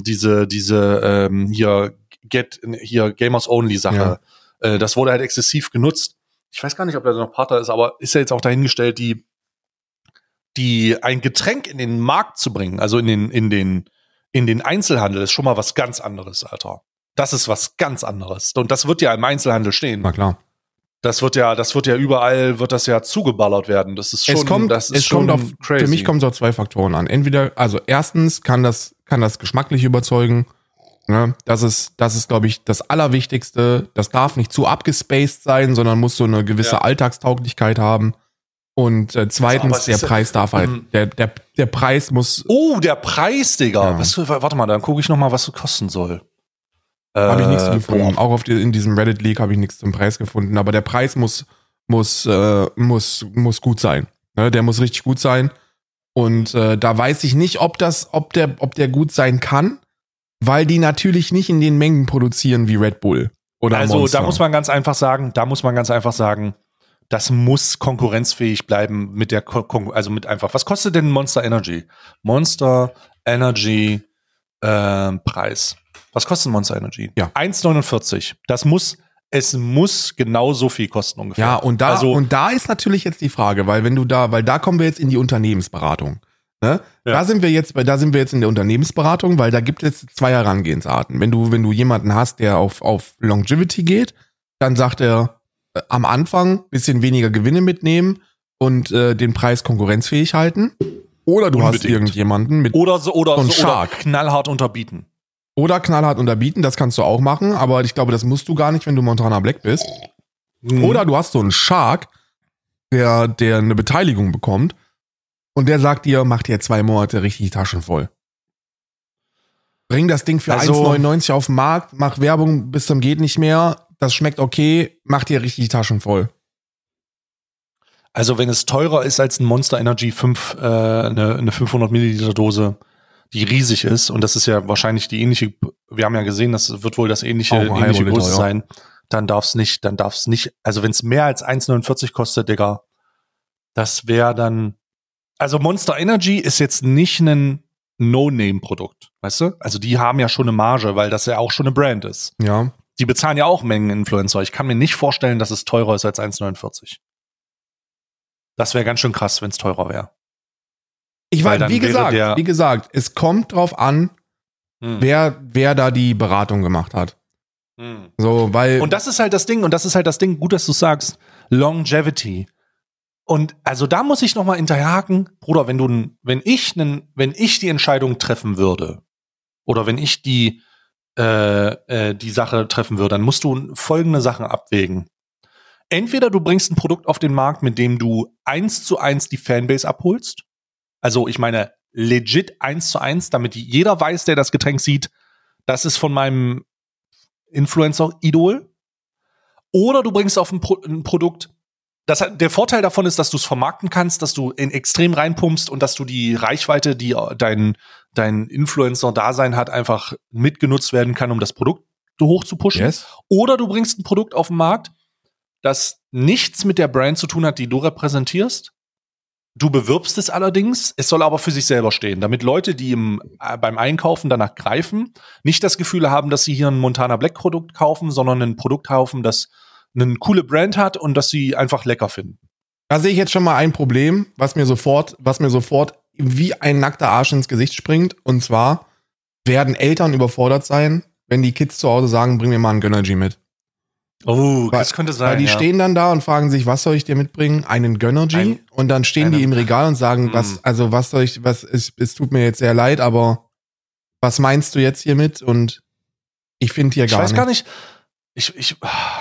Hier Gamers Only Sache. Ja. Das wurde halt exzessiv genutzt. Ich weiß gar nicht, ob der noch Partner ist, aber ist ja jetzt auch dahingestellt, die ein Getränk in den Markt zu bringen, also in den Einzelhandel, ist schon mal was ganz anderes, Alter. Das ist was ganz anderes. Und das wird ja im Einzelhandel stehen. Na klar. Das wird ja überall, wird das ja zugeballert werden. Das ist schon, crazy. Für mich kommt es auf zwei Faktoren an. Entweder, also erstens kann das geschmacklich überzeugen. Ne? Das ist, glaube ich, das Allerwichtigste. Das darf nicht zu abgespaced sein, sondern muss so eine gewisse Alltagstauglichkeit haben. Und zweitens, der Preis darf halt, der Preis muss. Oh, der Preis, Digga. Ja. Warte mal, dann gucke ich noch mal, was es kosten soll. Habe ich nichts gefunden. Auch in diesem Reddit League habe ich nichts zum Preis gefunden. Aber der Preis muss gut sein. Ne? Der muss richtig gut sein. Und da weiß ich nicht, ob der gut sein kann, weil die natürlich nicht in den Mengen produzieren wie Red Bull oder Also Monster. Da muss man ganz einfach sagen, das muss konkurrenzfähig bleiben mit der was kostet denn Monster Energy? Monster Energy Preis. Was kostet Monster Energy? Ja. 1,49. Es muss genauso viel kosten ungefähr. Ja, und da ist natürlich jetzt die Frage, weil da kommen wir jetzt in die Unternehmensberatung. Ne? Ja. Da sind wir jetzt in der Unternehmensberatung, weil da gibt es zwei Herangehensarten. Wenn du jemanden hast, der auf Longevity geht, dann sagt er, am Anfang bisschen weniger Gewinne mitnehmen und den Preis konkurrenzfähig halten. Oder du hast irgendjemanden mit oder knallhart unterbieten. Oder knallhart unterbieten, das kannst du auch machen, aber ich glaube, das musst du gar nicht, wenn du Montana Black bist. Oder du hast so einen Shark, der eine Beteiligung bekommt und der sagt dir, mach dir 2 Monate richtig die Taschen voll. Bring das Ding für 1,99 auf den Markt, mach Werbung bis zum geht nicht mehr, das schmeckt okay, mach dir richtig die Taschen voll. Also wenn es teurer ist als ein Monster Energy 5, eine 500 Milliliter Dose, die riesig ist, und das ist ja wahrscheinlich die ähnliche, wir haben ja gesehen, das wird wohl das ähnliche Größe sein, dann darf's nicht, also wenn es mehr als 1,49 kostet, Digga, das wäre dann, also Monster Energy ist jetzt nicht ein No-Name-Produkt, weißt du? Also die haben ja schon eine Marge, weil das ja auch schon eine Brand ist. Ja. Die bezahlen ja auch Mengen Influencer. Ich kann mir nicht vorstellen, dass es teurer ist als 1,49. Das wäre ganz schön krass, wenn es teurer wäre. Wie gesagt, es kommt drauf an, wer da die Beratung gemacht hat. So, weil. Und das ist halt das Ding, gut, dass du sagst, Longevity. Und also da muss ich nochmal hinterhaken, Bruder, wenn ich die Entscheidung treffen würde, oder wenn ich die Sache treffen würde, dann musst du folgende Sachen abwägen. Entweder du bringst ein Produkt auf den Markt, mit dem du 1:1 die Fanbase abholst. Also ich meine legit 1:1, damit jeder weiß, der das Getränk sieht, das ist von meinem Influencer-Idol. Oder du bringst auf ein Produkt, der Vorteil davon ist, dass du es vermarkten kannst, dass du extrem reinpumpst und dass du die Reichweite, die dein Influencer-Dasein hat, einfach mitgenutzt werden kann, um das Produkt so hoch zu pushen. Yes. Oder du bringst ein Produkt auf den Markt, das nichts mit der Brand zu tun hat, die du repräsentierst. Du bewirbst es allerdings, es soll aber für sich selber stehen, damit Leute, die beim Einkaufen danach greifen, nicht das Gefühl haben, dass sie hier ein Montana Black Produkt kaufen, sondern ein Produkt kaufen, das eine coole Brand hat und das sie einfach lecker finden. Da sehe ich jetzt schon mal ein Problem, was mir sofort wie ein nackter Arsch ins Gesicht springt. Und zwar werden Eltern überfordert sein, wenn die Kids zu Hause sagen, bring mir mal einen Gönnergy mit. Oh, das könnte sein. Weil die stehen dann da und fragen sich, was soll ich dir mitbringen? Einen Gönnergy? Und dann stehen die im Regal und sagen, es tut mir jetzt sehr leid, aber was meinst du jetzt hiermit? Und ich finde hier gar nicht. Ich weiß gar nicht,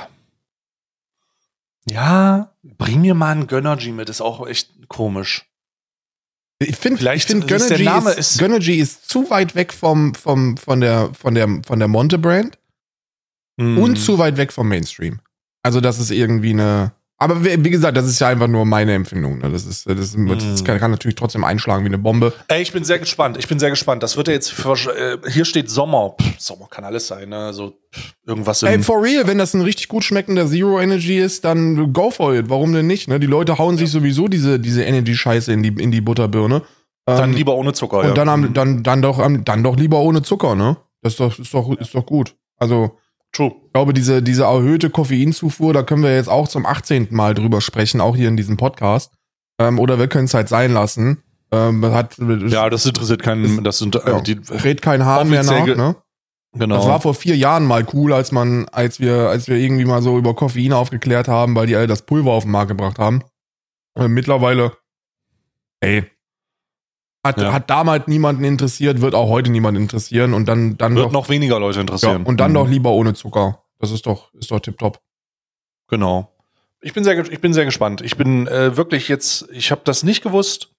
ja, bring mir mal einen Gönnergy mit, ist auch echt komisch. Ich finde Gönnergy ist zu weit weg von der Monte Brand und zu weit weg vom Mainstream. Also das ist irgendwie eine. Aber wie gesagt, das ist ja einfach nur meine Empfindung. Ne? Das kann natürlich trotzdem einschlagen wie eine Bombe. Ey, ich bin sehr gespannt. Das wird ja jetzt, hier steht Sommer. Sommer kann alles sein, ne? Also irgendwas Ey, for real, wenn das ein richtig gut schmeckender Zero Energy ist, dann go for it. Warum denn nicht? Ne? Die Leute hauen sich sowieso diese Energy-Scheiße in die Butterbirne. Dann lieber ohne Zucker, und dann doch lieber ohne Zucker, ne? Das ist doch gut. Also true. Ich glaube, diese erhöhte Koffeinzufuhr, da können wir jetzt auch zum 18. Mal drüber sprechen, auch hier in diesem Podcast. Oder wir können es halt sein lassen. Das interessiert keinen. Redet kein Hahn mehr nach, ne? Genau. Das war vor 4 Jahren mal cool, als wir irgendwie mal so über Koffein aufgeklärt haben, weil die alle das Pulver auf den Markt gebracht haben. Mittlerweile, hat damals niemanden interessiert, wird auch heute niemanden interessieren und dann wird noch weniger Leute interessieren. Ja, und dann doch lieber ohne Zucker. Das ist doch tipptopp. Genau. Ich bin sehr gespannt. Ich bin wirklich jetzt, ich habe das nicht gewusst.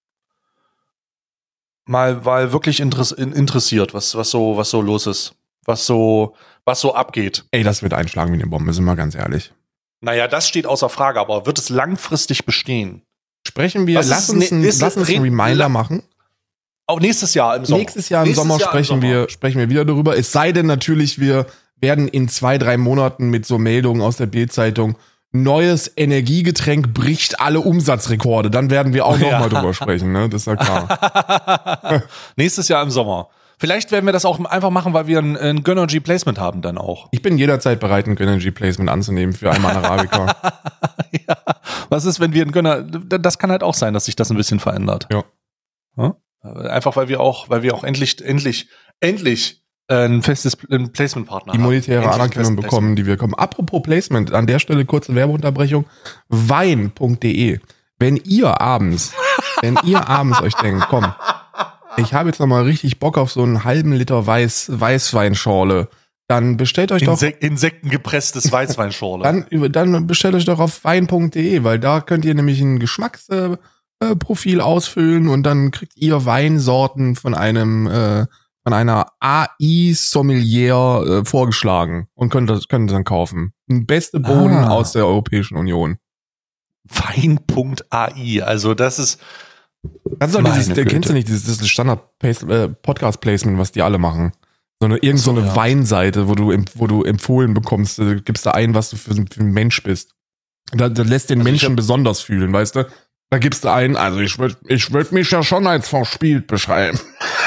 Mal wirklich interessiert, was so los ist. Was so abgeht. Ey, das wird einschlagen wie eine Bombe, sind wir ganz ehrlich. Naja, das steht außer Frage, aber wird es langfristig bestehen? Lass uns einen Reminder machen. Auch nächstes Jahr im Sommer. Nächstes Jahr im Sommer sprechen wir wieder darüber. Es sei denn natürlich, wir werden in 2-3 Monaten mit so Meldungen aus der Bild-Zeitung, neues Energiegetränk bricht alle Umsatzrekorde. Dann werden wir auch nochmal drüber sprechen, ne? Das ist ja klar. Nächstes Jahr im Sommer. Vielleicht werden wir das auch einfach machen, weil wir ein Gönnergy-Placement haben dann auch. Ich bin jederzeit bereit, ein Gönnergy-Placement anzunehmen für einmal Arabica. Ja. Was ist, wenn wir ein Gönner... Das kann halt auch sein, dass sich das ein bisschen verändert. Ja. Hm? Einfach, weil wir auch endlich ein Placement-Partner haben. Die monetäre Anerkennung bekommen, die wir bekommen. Apropos Placement, an der Stelle kurze Werbeunterbrechung. Wein.de. Wenn ihr abends euch denkt, komm, ich habe jetzt nochmal richtig Bock auf so einen halben Liter Weißweinschorle, dann bestellt euch doch... Insektengepresstes Weißweinschorle. Dann bestellt euch doch auf wein.de, weil da könnt ihr nämlich ein Geschmacksprofil ausfüllen und dann kriegt ihr Weinsorten von einem AI-Sommelier vorgeschlagen und können dann kaufen. Beste Bohnen aus der Europäischen Union. Wein.ai, also das ist doch kennst du nicht, dieses Standard-Podcast-Placement, was die alle machen. Irgend so eine Weinseite, wo du empfohlen bekommst, gibst da ein, was du für ein Mensch bist. Da lässt den Menschen besonders fühlen, weißt du? Da gibst du ein, also ich würd mich ja schon als verspielt beschreiben.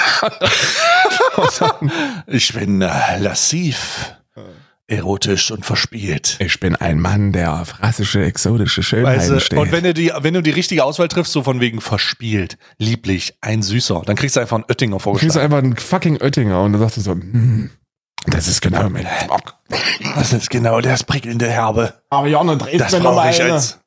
Ich bin lassiv, erotisch und verspielt. Ich bin ein Mann, der auf rassische, exotische Schönheiten steht. Und wenn du die richtige Auswahl triffst, so von wegen verspielt, lieblich, ein Süßer, dann kriegst du einfach einen Oettinger vorgeschlagen. Du kriegst einfach einen fucking Oettinger und dann sagst du so, das ist genau mein Bock. Das ist genau das prickelnde Herbe. Aber Janne, drehst das brauche ich als...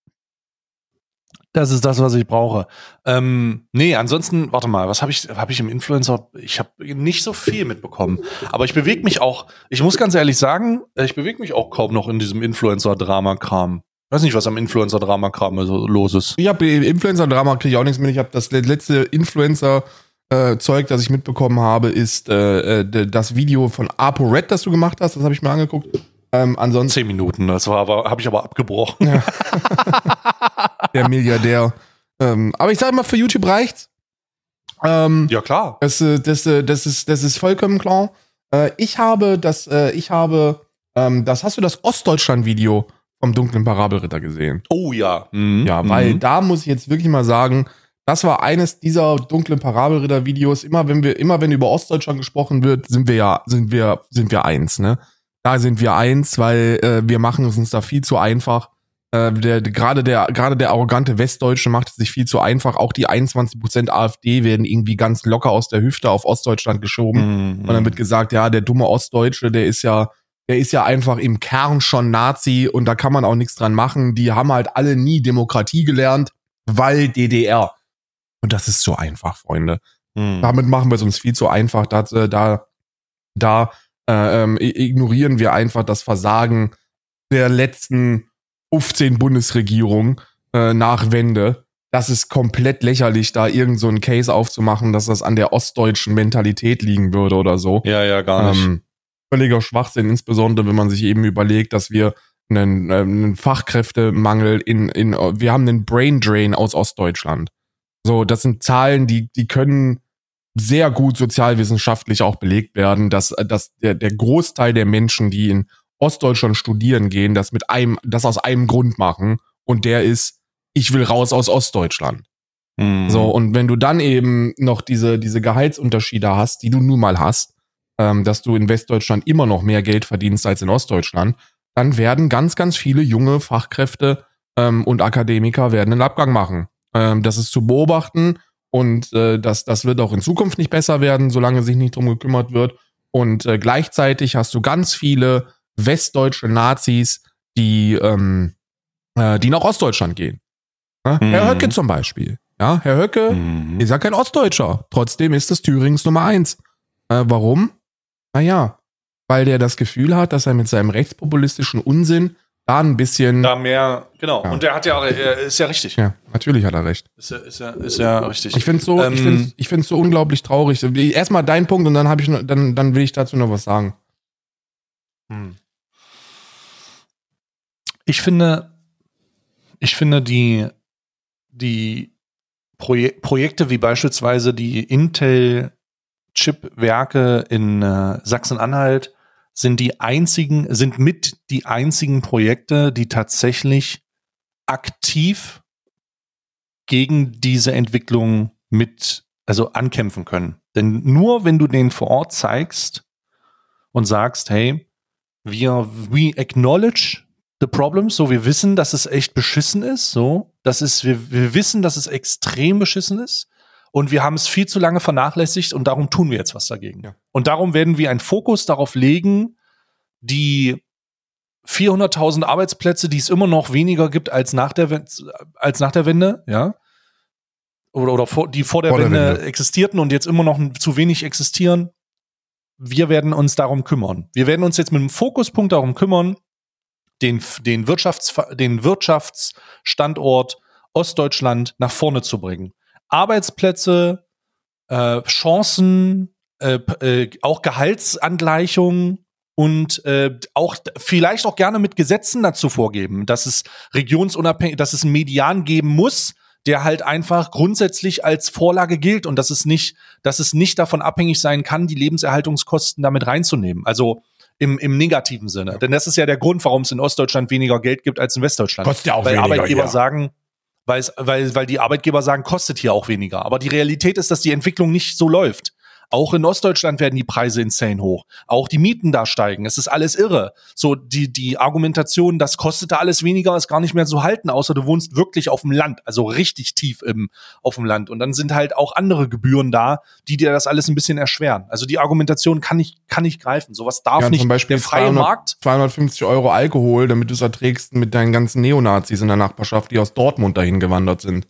Das ist das, was ich brauche. Nee, ansonsten, warte mal, was habe ich im Influencer? Ich habe nicht so viel mitbekommen. Aber ich bewege mich auch, ich muss ganz ehrlich sagen, ich bewege mich auch kaum noch in diesem Influencer-Drama-Kram. Ich weiß nicht, was am Influencer-Drama-Kram so los ist. Ich habe Influencer-Drama, kriege ich auch nichts mit. Ich habe das letzte Influencer-Zeug, das ich mitbekommen habe, ist das Video von ApoRed, das du gemacht hast. Das habe ich mir angeguckt. Ansonsten 10 Minuten, habe ich aber abgebrochen. Ja. Der Milliardär. Aber ich sage mal, für YouTube reicht's. Ja, klar. Das ist vollkommen klar. Hast du das Ostdeutschland-Video vom dunklen Parabelritter gesehen? Oh ja. Ja, weil da muss ich jetzt wirklich mal sagen, das war eines dieser dunklen Parabelritter-Videos. Immer wenn über Ostdeutschland gesprochen wird, sind wir eins, ne? Da sind wir eins, weil wir machen es uns da viel zu einfach. Gerade der arrogante Westdeutsche macht es sich viel zu einfach. Auch die 21% AfD werden irgendwie ganz locker aus der Hüfte auf Ostdeutschland geschoben. Und dann wird gesagt, ja, der dumme Ostdeutsche, der ist ja einfach im Kern schon Nazi und da kann man auch nichts dran machen. Die haben halt alle nie Demokratie gelernt, weil DDR. Und das ist so einfach, Freunde. Damit machen wir es uns viel zu einfach. Da ignorieren wir einfach das Versagen der letzten 15 Bundesregierung nach Wende. Das ist komplett lächerlich, da irgend so einen Case aufzumachen, dass das an der ostdeutschen Mentalität liegen würde oder so. Ja, gar nicht. Völliger Schwachsinn, insbesondere wenn man sich eben überlegt, dass wir einen Fachkräftemangel wir haben einen Brain Drain aus Ostdeutschland. So, das sind Zahlen, die können sehr gut sozialwissenschaftlich auch belegt werden, dass der Großteil der Menschen, die in Ostdeutschland studieren gehen, das aus einem Grund machen, und der ist, ich will raus aus Ostdeutschland. So, und wenn du dann eben noch diese Gehaltsunterschiede hast, die du nun mal hast, dass du in Westdeutschland immer noch mehr Geld verdienst als in Ostdeutschland, dann werden ganz, ganz viele junge Fachkräfte und Akademiker werden einen Abgang machen. Das ist zu beobachten. Und das wird auch in Zukunft nicht besser werden, solange sich nicht drum gekümmert wird. Und gleichzeitig hast du ganz viele westdeutsche Nazis, die nach Ostdeutschland gehen. Ja? Herr Höcke zum Beispiel. Ja, Herr Höcke ist ja kein Ostdeutscher. Trotzdem ist das Thürings Nummer 1. Warum? Naja, weil der das Gefühl hat, dass er mit seinem rechtspopulistischen Unsinn da ein bisschen... Da mehr, genau. Ja. Und der hat ist ja richtig. Ja, natürlich hat er recht. Ist ja richtig. Ich finde es so unglaublich traurig. Erstmal dein Punkt und dann will ich dazu noch was sagen. Ich finde die Projekte wie beispielsweise die Intel-Chip-Werke in Sachsen-Anhalt sind mit die einzigen Projekte, die tatsächlich aktiv gegen diese Entwicklung ankämpfen können. Denn nur wenn du denen vor Ort zeigst und sagst, hey, we acknowledge the problem, so, wir wissen, dass es echt beschissen ist, so, wir wissen, dass es extrem beschissen ist und wir haben es viel zu lange vernachlässigt und darum tun wir jetzt was dagegen. Ja. Und darum werden wir einen Fokus darauf legen, die 400.000 Arbeitsplätze, die es immer noch weniger gibt als nach der Wende, ja, die vor der Wende existierten und jetzt immer noch zu wenig existieren. Wir werden uns darum kümmern. Wir werden uns jetzt mit einem Fokuspunkt darum kümmern, den Wirtschaftsstandort Ostdeutschland nach vorne zu bringen. Arbeitsplätze, Chancen, auch Gehaltsangleichungen und auch vielleicht auch gerne mit Gesetzen dazu vorgeben, dass es regionsunabhängig, dass es einen Median geben muss, der halt einfach grundsätzlich als Vorlage gilt und dass es nicht davon abhängig sein kann, die Lebenserhaltungskosten damit reinzunehmen. Also im negativen Sinne. Ja. Denn das ist ja der Grund, warum es in Ostdeutschland weniger Geld gibt als in Westdeutschland. Kostet ja auch weil weniger, Arbeitgeber ja. sagen, weil die Arbeitgeber sagen, kostet hier auch weniger. Aber die Realität ist, dass die Entwicklung nicht so läuft. Auch in Ostdeutschland werden die Preise insane hoch. Auch die Mieten da steigen. Es ist alles irre. So, die Argumentation, das kostet da alles weniger, ist gar nicht mehr zu halten, außer du wohnst wirklich auf dem Land, also richtig tief auf dem Land. Und dann sind halt auch andere Gebühren da, die dir das alles ein bisschen erschweren. Also die Argumentation kann nicht greifen. Sowas darf nicht. Zum Beispiel der freie Markt. 250 € Alkohol, damit du es erträgst mit deinen ganzen Neonazis in der Nachbarschaft, die aus Dortmund dahin gewandert sind.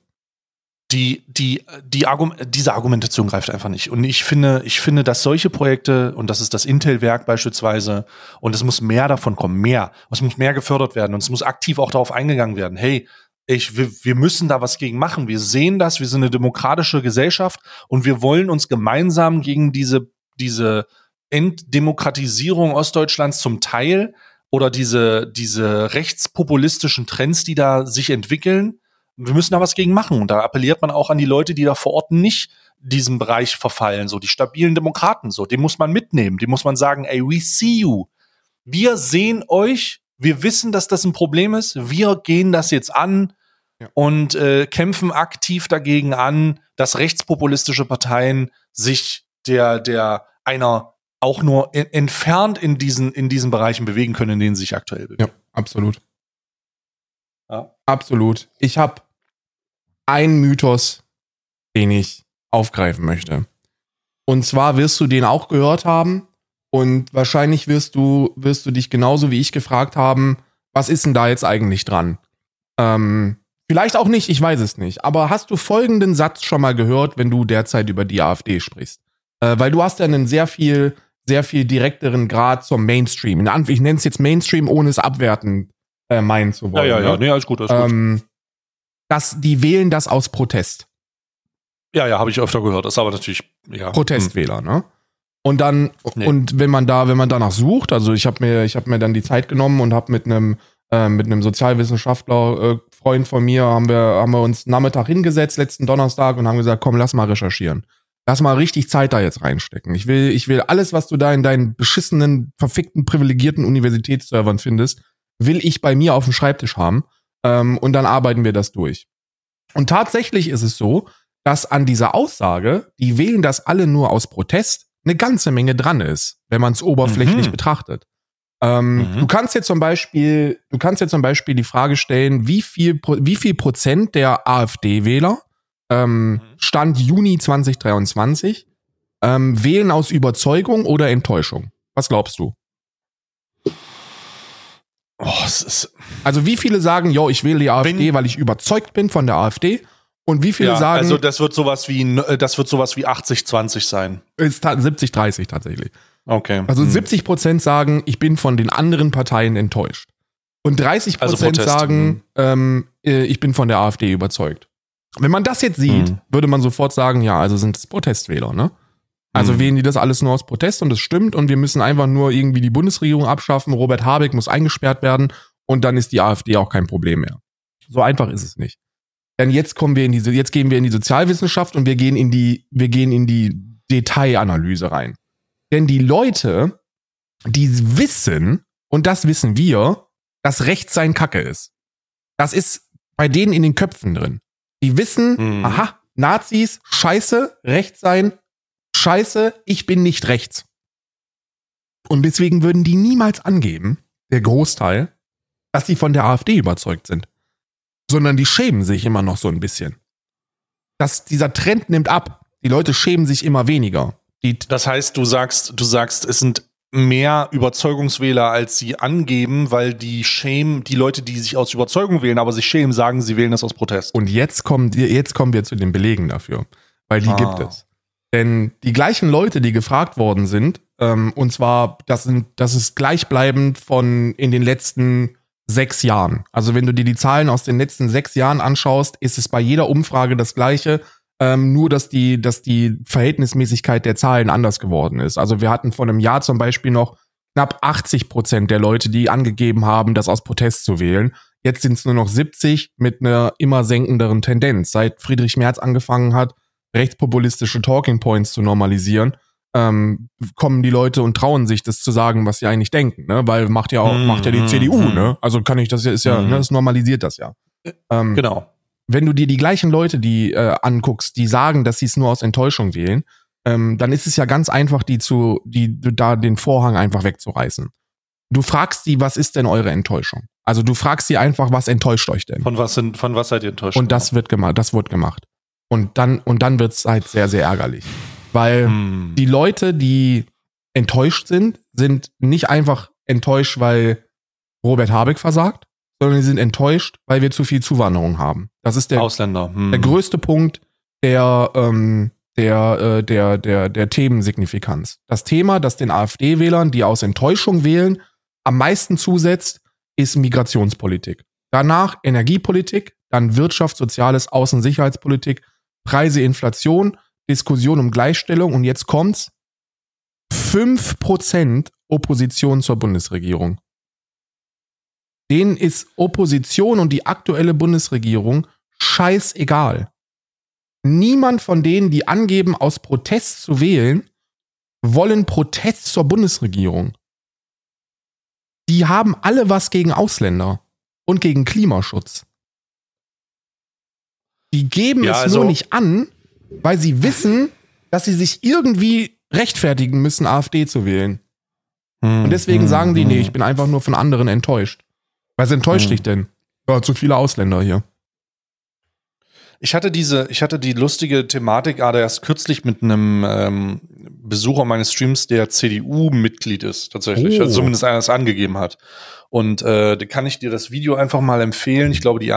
Diese Argumentation greift einfach nicht. Und ich finde, dass solche Projekte, und das ist das Intel-Werk beispielsweise, und es muss mehr davon kommen, es muss mehr gefördert werden und es muss aktiv auch darauf eingegangen werden. Hey, wir müssen da was gegen machen. Wir sehen das, wir sind eine demokratische Gesellschaft und wir wollen uns gemeinsam gegen diese Entdemokratisierung Ostdeutschlands zum Teil oder diese rechtspopulistischen Trends, die da sich entwickeln, wir müssen da was gegen machen. Und da appelliert man auch an die Leute, die da vor Ort nicht diesem Bereich verfallen, so die stabilen Demokraten, so, den muss man mitnehmen, dem muss man sagen, ey, we see you. Wir sehen euch, wir wissen, dass das ein Problem ist, wir gehen das jetzt an und kämpfen aktiv dagegen an, dass rechtspopulistische Parteien sich einer auch nur entfernt in diesen Bereichen bewegen können, in denen sie sich aktuell bewegen. Ja, absolut. Ja. Absolut. Ich habe einen Mythos, den ich aufgreifen möchte. Und zwar wirst du den auch gehört haben und wahrscheinlich wirst du dich genauso wie ich gefragt haben, was ist denn da jetzt eigentlich dran? Vielleicht auch nicht, ich weiß es nicht. Aber hast du folgenden Satz schon mal gehört, wenn du derzeit über die AfD sprichst? Weil du hast ja einen sehr viel direkteren Grad zum Mainstream. Ich nenne es jetzt Mainstream, ohne es abwerten meinen zu wollen. Ja, nee, alles gut. Dass die wählen das aus Protest. Ja, habe ich öfter gehört. Das ist aber natürlich, ja. Protestwähler, ne? Und dann, und wenn man danach sucht, also ich hab mir dann die Zeit genommen und habe mit einem Sozialwissenschaftler, Freund von mir, haben wir uns Nachmittag hingesetzt, letzten Donnerstag, und haben gesagt, komm, lass mal recherchieren. Lass mal richtig Zeit da jetzt reinstecken. Ich will alles, was du da in deinen beschissenen, verfickten, privilegierten Universitätsservern findest, will ich bei mir auf dem Schreibtisch haben. Und dann arbeiten wir das durch. Und tatsächlich ist es so, dass an dieser Aussage, die wählen das alle nur aus Protest, eine ganze Menge dran ist, wenn man es oberflächlich betrachtet. Du kannst jetzt zum Beispiel die Frage stellen, wie viel Prozent der AfD-Wähler Stand Juni 2023 wählen aus Überzeugung oder Enttäuschung? Was glaubst du? Also wie viele sagen, yo, ich wähle die AfD, weil ich überzeugt bin von der AfD? Und wie viele sagen... Also das wird sowas wie 80-20 sein. Ist 70-30 tatsächlich. Okay. Also 70% sagen, ich bin von den anderen Parteien enttäuscht. Und 30% sagen, ich bin von der AfD überzeugt. Wenn man das jetzt sieht, würde man sofort sagen, ja, also sind es Protestwähler, ne? Also wählen die das alles nur aus Protest und es stimmt und wir müssen einfach nur irgendwie die Bundesregierung abschaffen, Robert Habeck muss eingesperrt werden und dann ist die AfD auch kein Problem mehr. So einfach ist es nicht. Denn jetzt gehen wir in die Sozialwissenschaft und wir gehen in die Detailanalyse rein. Denn die Leute, die wissen, und das wissen wir, dass Recht sein Kacke ist. Das ist bei denen in den Köpfen drin. Die wissen, aha, Nazis, scheiße, Recht sein, scheiße, ich bin nicht rechts. Und deswegen würden die niemals angeben, der Großteil, dass sie von der AfD überzeugt sind. Sondern die schämen sich immer noch so ein bisschen. Dieser Trend nimmt ab. Die Leute schämen sich immer weniger. Das heißt, du sagst, es sind mehr Überzeugungswähler, als sie angeben, weil die Leute, die sich aus Überzeugung wählen, aber sich schämen, sagen, sie wählen das aus Protest. Und jetzt kommen wir zu den Belegen dafür. Weil die gibt es. Denn die gleichen Leute, die gefragt worden sind, und zwar, das ist gleichbleibend von in den letzten 6 Jahren. Also wenn du dir die Zahlen aus den letzten 6 Jahren anschaust, ist es bei jeder Umfrage das Gleiche. nur dass die Verhältnismäßigkeit der Zahlen anders geworden ist. Also wir hatten vor einem Jahr zum Beispiel noch knapp 80% der Leute, die angegeben haben, das aus Protest zu wählen. Jetzt sind es nur noch 70 mit einer immer senkenderen Tendenz. Seit Friedrich Merz angefangen hat, rechtspopulistische Talking Points zu normalisieren, kommen die Leute und trauen sich, das zu sagen, was sie eigentlich denken, ne? Weil macht ja die CDU, ne? Also kann ich das ist ja, ne? Das normalisiert das ja. Genau. Wenn du dir die gleichen Leute, die anguckst, die sagen, dass sie es nur aus Enttäuschung wählen, dann ist es ja ganz einfach, die da den Vorhang einfach wegzureißen. Du fragst die, was ist denn eure Enttäuschung? Also du fragst sie einfach, was enttäuscht euch denn? Von was seid ihr enttäuscht? Und das wird gemacht. Und dann wird's halt sehr, sehr ärgerlich. Weil die Leute, die enttäuscht sind nicht einfach enttäuscht, weil Robert Habeck versagt, sondern sie sind enttäuscht, weil wir zu viel Zuwanderung haben. Das ist der Ausländer. Der größte Punkt der Themensignifikanz. Das Thema, das den AfD-Wählern, die aus Enttäuschung wählen, am meisten zusetzt, ist Migrationspolitik. Danach Energiepolitik, dann Wirtschaft, Soziales, Außensicherheitspolitik, Preise, Inflation, Diskussion um Gleichstellung und jetzt kommt's. 5% Opposition zur Bundesregierung. Denen ist Opposition und die aktuelle Bundesregierung scheißegal. Niemand von denen, die angeben, aus Protest zu wählen, wollen Protest zur Bundesregierung. Die haben alle was gegen Ausländer und gegen Klimaschutz. Die geben es nur nicht an, weil sie wissen, dass sie sich irgendwie rechtfertigen müssen, AfD zu wählen. Und deswegen sagen die, nee, ich bin einfach nur von anderen enttäuscht. Was enttäuscht dich denn? Ja, zu viele Ausländer hier. Ich hatte die lustige Thematik gerade erst kürzlich mit einem Besucher meines Streams, der CDU-Mitglied ist, tatsächlich. Also zumindest einer es angegeben hat. Und da kann ich dir das Video einfach mal empfehlen. Ich glaube,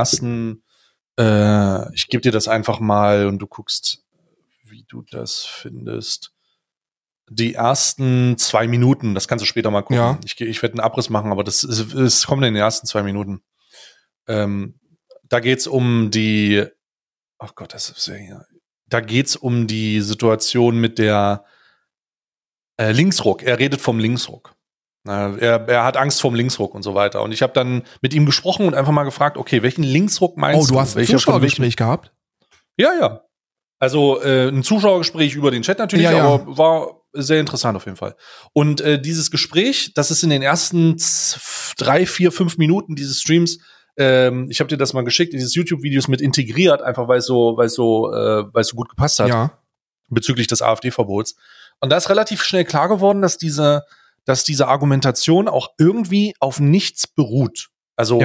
ich gebe dir das einfach mal und du guckst, wie du das findest. Die ersten 2 Minuten, das kannst du später mal gucken. Ja. Ich werde einen Abriss machen, aber das kommt in den ersten 2 Minuten. Da geht's um die Ach Gott, das ist ja. Da geht's um die Situation mit der Linksruck. Er redet vom Linksruck. Er hat Angst vorm Linksruck und so weiter. Und ich habe dann mit ihm gesprochen und einfach mal gefragt, okay, welchen Linksruck meinst du? Oh, du hast ein Zuschauergespräch gehabt? Ja. Also ein Zuschauergespräch über den Chat natürlich, aber war sehr interessant auf jeden Fall. Und dieses Gespräch, das ist in den ersten 3, 4, 5 Minuten dieses Streams. Ich habe dir das mal geschickt, dieses YouTube-Videos mit integriert, einfach weil es so gut gepasst hat bezüglich des AfD-Verbots. Und da ist relativ schnell klar geworden, dass diese Argumentation auch irgendwie auf nichts beruht. Also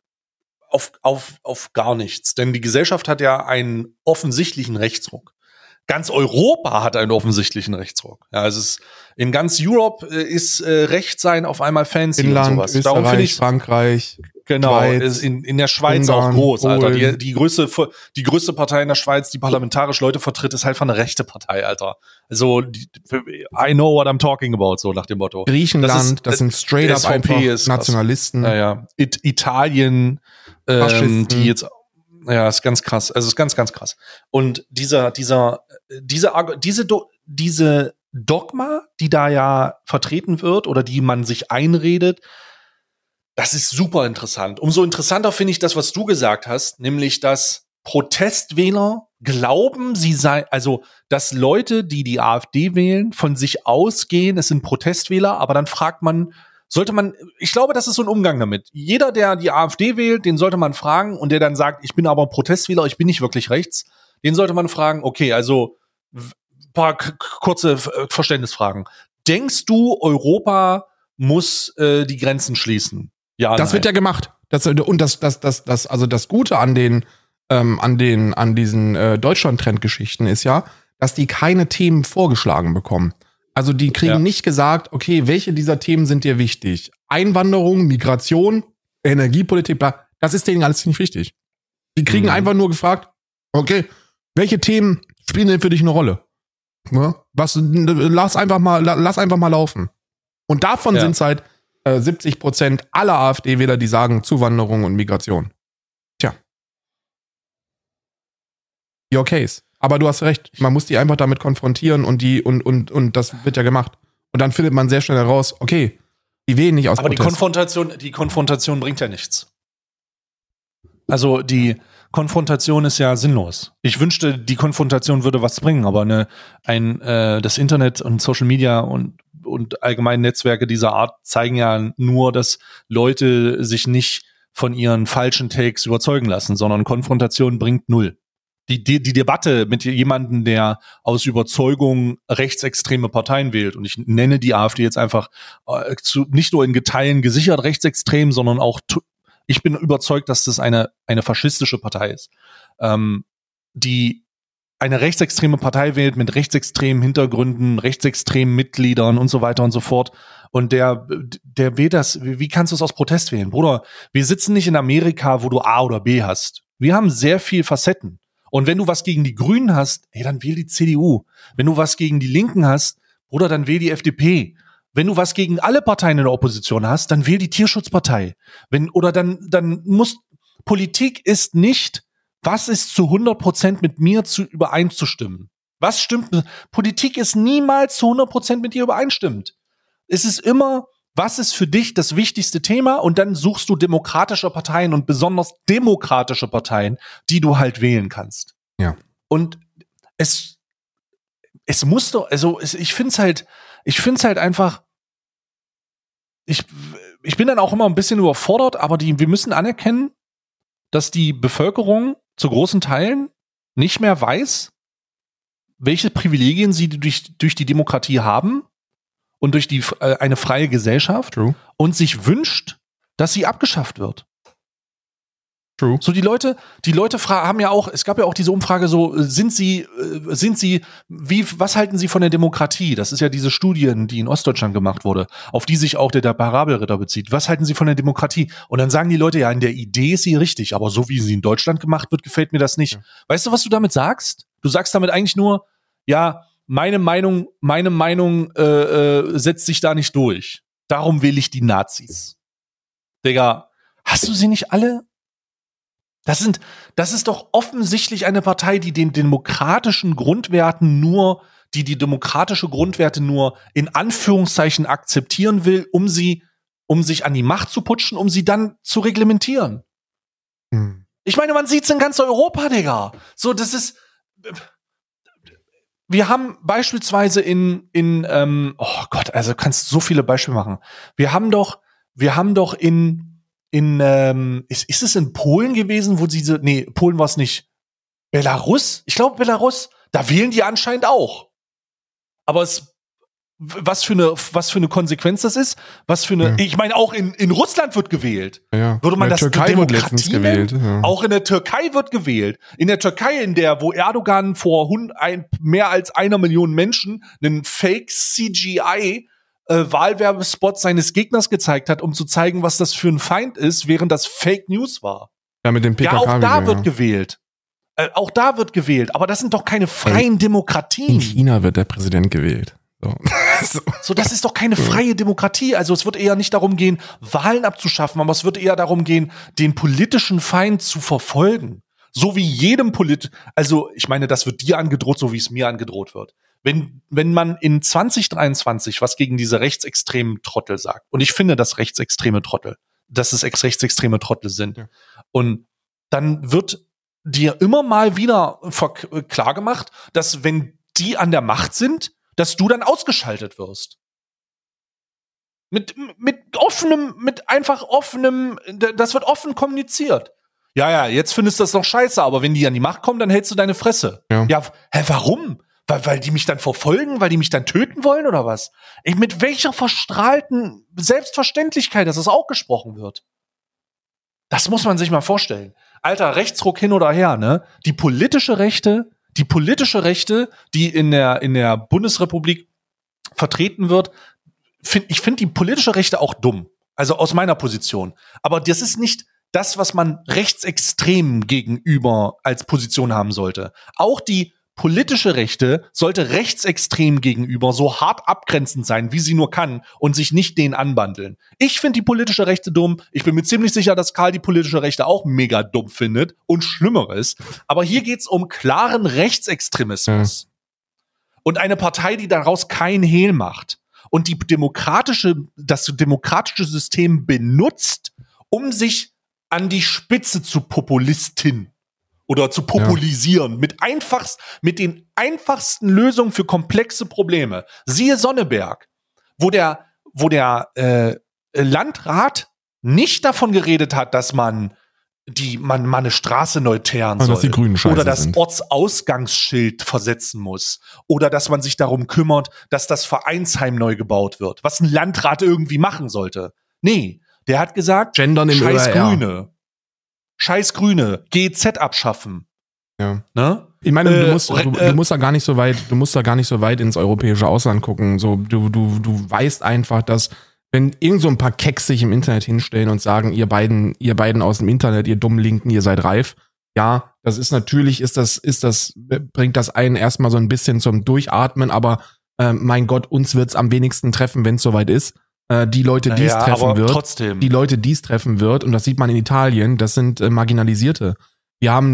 auf gar nichts. Denn die Gesellschaft hat ja einen offensichtlichen Rechtsruck. Ganz Europa hat einen offensichtlichen Rechtsruck. Ja, in ganz Europe ist Rechtsein auf einmal fancy Finnland, und sowas. Österreich, darum finde ich Frankreich, genau, Schweiz, ist in der Schweiz Ungarn, auch groß, Polen. Alter. Die größte Partei in der Schweiz, die parlamentarisch Leute vertritt, ist halt von eine rechte Partei, Alter. Also I know what I'm talking about, so nach dem Motto. Griechenland, das sind straight up einfach Nationalisten. Naja, Italien, die jetzt ja, ist ganz krass. Also ist ganz, ganz krass. Und diese Dogma, die da ja vertreten wird oder die man sich einredet, das ist super interessant. Umso interessanter finde ich das, was du gesagt hast, nämlich, dass Protestwähler glauben, dass Leute, die die AfD wählen, von sich ausgehen, es sind Protestwähler, aber dann fragt man, ich glaube, das ist so ein Umgang damit. Jeder, der die AfD wählt, den sollte man fragen und der dann sagt, ich bin aber ein Protestwähler, ich bin nicht wirklich rechts, den sollte man fragen, okay, also paar kurze Verständnisfragen. Denkst du, Europa muss die Grenzen schließen? Ja, das wird ja gemacht. Das Gute an diesen Deutschland-Trend-Geschichten ist ja, dass die keine Themen vorgeschlagen bekommen. Also die kriegen nicht gesagt, okay, welche dieser Themen sind dir wichtig? Einwanderung, Migration, Energiepolitik, bla, das ist denen alles nicht wichtig. Die kriegen einfach nur gefragt, okay, welche Themen spielen denn für dich eine Rolle? Ja, lass einfach mal laufen. Und davon sind es halt 70% aller AfD-Wähler, die sagen Zuwanderung und Migration. Tja. Your case. Aber du hast recht, man muss die einfach damit konfrontieren und das wird ja gemacht. Und dann findet man sehr schnell heraus, okay, die wählen nicht aus Aber Protest. die Konfrontation bringt ja nichts. Also die Konfrontation ist ja sinnlos. Ich wünschte, die Konfrontation würde was bringen, aber das Internet und Social Media und allgemeine Netzwerke dieser Art zeigen ja nur, dass Leute sich nicht von ihren falschen Takes überzeugen lassen, sondern Konfrontation bringt null. Die Debatte mit jemandem, der aus Überzeugung rechtsextreme Parteien wählt, und ich nenne die AfD jetzt einfach nicht nur in Geteilen gesichert rechtsextrem, sondern auch ich bin überzeugt, dass das eine faschistische Partei ist, die eine rechtsextreme Partei wählt mit rechtsextremen Hintergründen, rechtsextremen Mitgliedern und so weiter und so fort. Und der wählt das, wie kannst du es aus Protest wählen? Bruder, wir sitzen nicht in Amerika, wo du A oder B hast. Wir haben sehr viel Facetten. Und wenn du was gegen die Grünen hast, dann wähl die CDU. Wenn du was gegen die Linken hast, Bruder, dann wähl die FDP. Wenn du was gegen alle Parteien in der Opposition hast, dann wähl die Tierschutzpartei. Politik ist nicht, was ist zu 100% mit mir übereinzustimmen. Was stimmt? Politik ist niemals zu 100% mit dir übereinstimmt. Es ist immer, was ist für dich das wichtigste Thema? Und dann suchst du demokratische Parteien und besonders demokratische Parteien, die du halt wählen kannst. Ja. Und es muss doch, also ich find's halt einfach, ich bin dann auch immer ein bisschen überfordert, aber wir müssen anerkennen, dass die Bevölkerung zu großen Teilen nicht mehr weiß, welche Privilegien sie durch die Demokratie haben und durch eine freie Gesellschaft. True. Und sich wünscht, dass sie abgeschafft wird. True. So die Leute haben ja auch, es gab ja auch diese Umfrage so, was halten sie von der Demokratie? Das ist ja diese Studien, die in Ostdeutschland gemacht wurde, auf die sich auch der Parabelritter bezieht. Was halten sie von der Demokratie? Und dann sagen die Leute, ja, in der Idee ist sie richtig, aber so wie sie in Deutschland gemacht wird, gefällt mir das nicht. Ja. Weißt du, was du damit sagst? Du sagst damit eigentlich nur, ja, meine Meinung setzt sich da nicht durch. Darum wähle ich die Nazis. Digga, hast du sie nicht alle? Das ist doch offensichtlich eine Partei, die die demokratische Grundwerte nur in Anführungszeichen akzeptieren will, um sich an die Macht zu putschen, um sie dann zu reglementieren. Hm. Ich meine, man sieht's in ganz Europa, Digga. So, das ist, wir haben beispielsweise oh Gott, also kannst so viele Beispiele machen. Wir haben doch ist es in Polen gewesen, wo Polen war es nicht. Belarus? Ich glaube Belarus. Da wählen die anscheinend auch. Aber was für eine Konsequenz das ist, ich meine, auch in Russland wird gewählt. Ja. Würde man in der Türkei wird letztens gewählt. Ja. Auch in der Türkei wird gewählt. In der Türkei, wo Erdogan vor mehr als 1 Million Menschen einen Fake CGI Wahlwerbespot seines Gegners gezeigt hat, um zu zeigen, was das für ein Feind ist, während das Fake News war. Ja, mit dem PKK. Ja, auch da wird gewählt. Auch da wird gewählt. Aber das sind doch keine freien Demokratien. In China wird der Präsident gewählt. So, das ist doch keine freie Demokratie. Also es wird eher nicht darum gehen, Wahlen abzuschaffen, aber es wird eher darum gehen, den politischen Feind zu verfolgen. So wie jedem also ich meine, das wird dir angedroht, so wie es mir angedroht wird. Wenn man in 2023 was gegen diese rechtsextremen Trottel sagt, und ich finde, dass es rechtsextreme Trottel sind, ja. Und dann wird dir immer mal wieder klargemacht, dass wenn die an der Macht sind, dass du dann ausgeschaltet wirst. Einfach offenem, das wird offen kommuniziert. Ja, jetzt findest du das noch scheiße, aber wenn die an die Macht kommen, dann hältst du deine Fresse. Ja, warum? Weil die mich dann verfolgen, weil die mich dann töten wollen oder was? Mit welcher verstrahlten Selbstverständlichkeit, dass das auch gesprochen wird. Das muss man sich mal vorstellen. Alter, Rechtsruck hin oder her, ne? Die politische Rechte, die in der Bundesrepublik vertreten wird, ich finde die politische Rechte auch dumm. Also aus meiner Position. Aber das ist nicht das, was man rechtsextrem gegenüber als Position haben sollte. Auch die politische Rechte sollte rechtsextrem gegenüber so hart abgrenzend sein, wie sie nur kann und sich nicht denen anbandeln. Ich finde die politische Rechte dumm. Ich bin mir ziemlich sicher, dass Karl die politische Rechte auch mega dumm findet und Schlimmeres. Aber hier geht's um klaren Rechtsextremismus. Und eine Partei, die daraus kein Hehl macht und das demokratische System benutzt, um sich an die Spitze zu Populistin oder zu populisieren mit den einfachsten Lösungen für komplexe Probleme. Siehe Sonneberg, wo der Landrat nicht davon geredet hat, dass man eine Straße neu teeren soll, dass die Grünen scheiße oder das sind. Ortsausgangsschild versetzen muss oder dass man sich darum kümmert, dass das Vereinsheim neu gebaut wird, was ein Landrat irgendwie machen sollte. Nee, der hat gesagt, Gendern im ÖR. Scheiß Grüne, GEZ abschaffen. Ja. Ne? Ich meine, du musst da gar nicht so weit ins europäische Ausland gucken. So, du weißt einfach, dass wenn irgend so ein paar Keks sich im Internet hinstellen und sagen, ihr beiden aus dem Internet, ihr dummen Linken, ihr seid reif. Ja, das ist natürlich, bringt das einen erstmal so ein bisschen zum Durchatmen, aber mein Gott, uns wird's am wenigsten treffen, wenn es soweit ist. Die Leute, die es treffen wird, und das sieht man in Italien, das sind Marginalisierte. Wir haben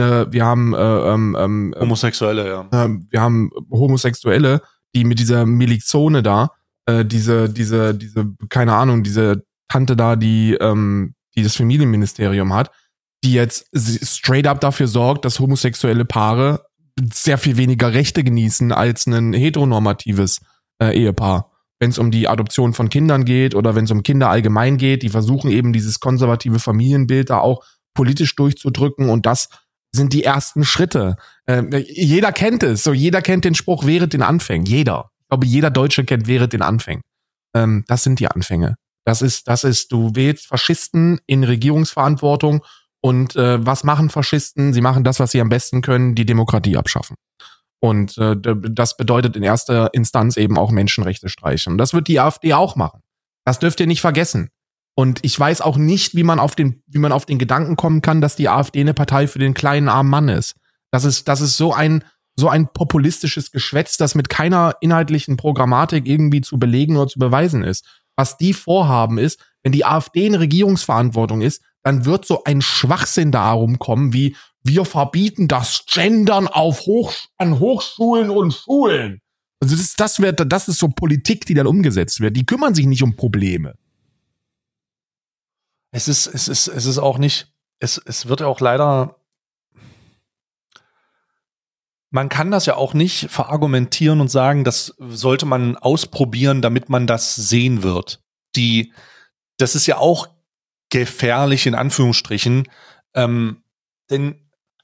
Homosexuelle, ja. Wir haben Homosexuelle, die mit dieser Milizone da, diese keine Ahnung, diese Tante da, die das Familienministerium hat, die jetzt straight up dafür sorgt, dass homosexuelle Paare sehr viel weniger Rechte genießen als ein heteronormatives Ehepaar. Wenn es um die Adoption von Kindern geht oder wenn es um Kinder allgemein geht, die versuchen eben dieses konservative Familienbild da auch politisch durchzudrücken, und das sind die ersten Schritte. Jeder kennt es, jeder kennt den Spruch, während den Anfängen. Jeder. Ich glaube, jeder Deutsche kennt während den Anfängen. Das sind die Anfänge. Das ist, du wählst Faschisten in Regierungsverantwortung, und was machen Faschisten? Sie machen das, was sie am besten können, die Demokratie abschaffen. Und das bedeutet in erster Instanz eben auch Menschenrechte streichen. Und das wird die AfD auch machen. Das dürft ihr nicht vergessen. Und ich weiß auch nicht, wie man auf den Gedanken kommen kann, dass die AfD eine Partei für den kleinen armen Mann ist. Das ist so ein populistisches Geschwätz, das mit keiner inhaltlichen Programmatik irgendwie zu belegen oder zu beweisen ist. Was die vorhaben ist, wenn die AfD in Regierungsverantwortung ist, dann wird so ein Schwachsinn da rumkommen wie: Wir verbieten das Gendern an Hochschulen und Schulen. Also das ist so Politik, die dann umgesetzt wird. Die kümmern sich nicht um Probleme. Es ist auch nicht, es wird ja auch leider, man kann das ja auch nicht verargumentieren und sagen, das sollte man ausprobieren, damit man das sehen wird. Das ist ja auch gefährlich in Anführungsstrichen, denn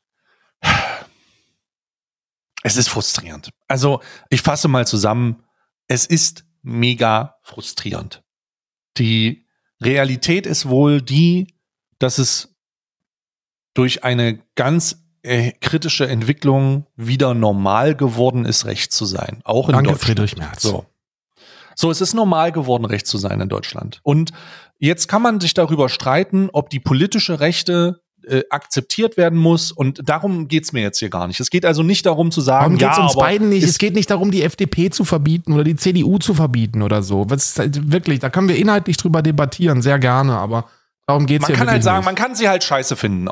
es ist frustrierend. Also ich fasse mal zusammen, es ist mega frustrierend. Die Realität ist wohl die, dass es durch eine ganz kritische Entwicklung wieder normal geworden ist, rechts zu sein. Auch in Deutschland. Danke, Friedrich Merz. So, es ist normal geworden, rechts zu sein in Deutschland. Und jetzt kann man sich darüber streiten, ob die politische Rechte akzeptiert werden muss, und darum geht's mir jetzt hier gar nicht. Es geht also nicht darum zu sagen, geht's uns beiden nicht. Es geht nicht darum, die FDP zu verbieten oder die CDU zu verbieten oder so. Wirklich, da können wir inhaltlich drüber debattieren, sehr gerne, aber darum geht's hier wirklich nicht. Man kann halt sagen, man kann sie halt scheiße finden.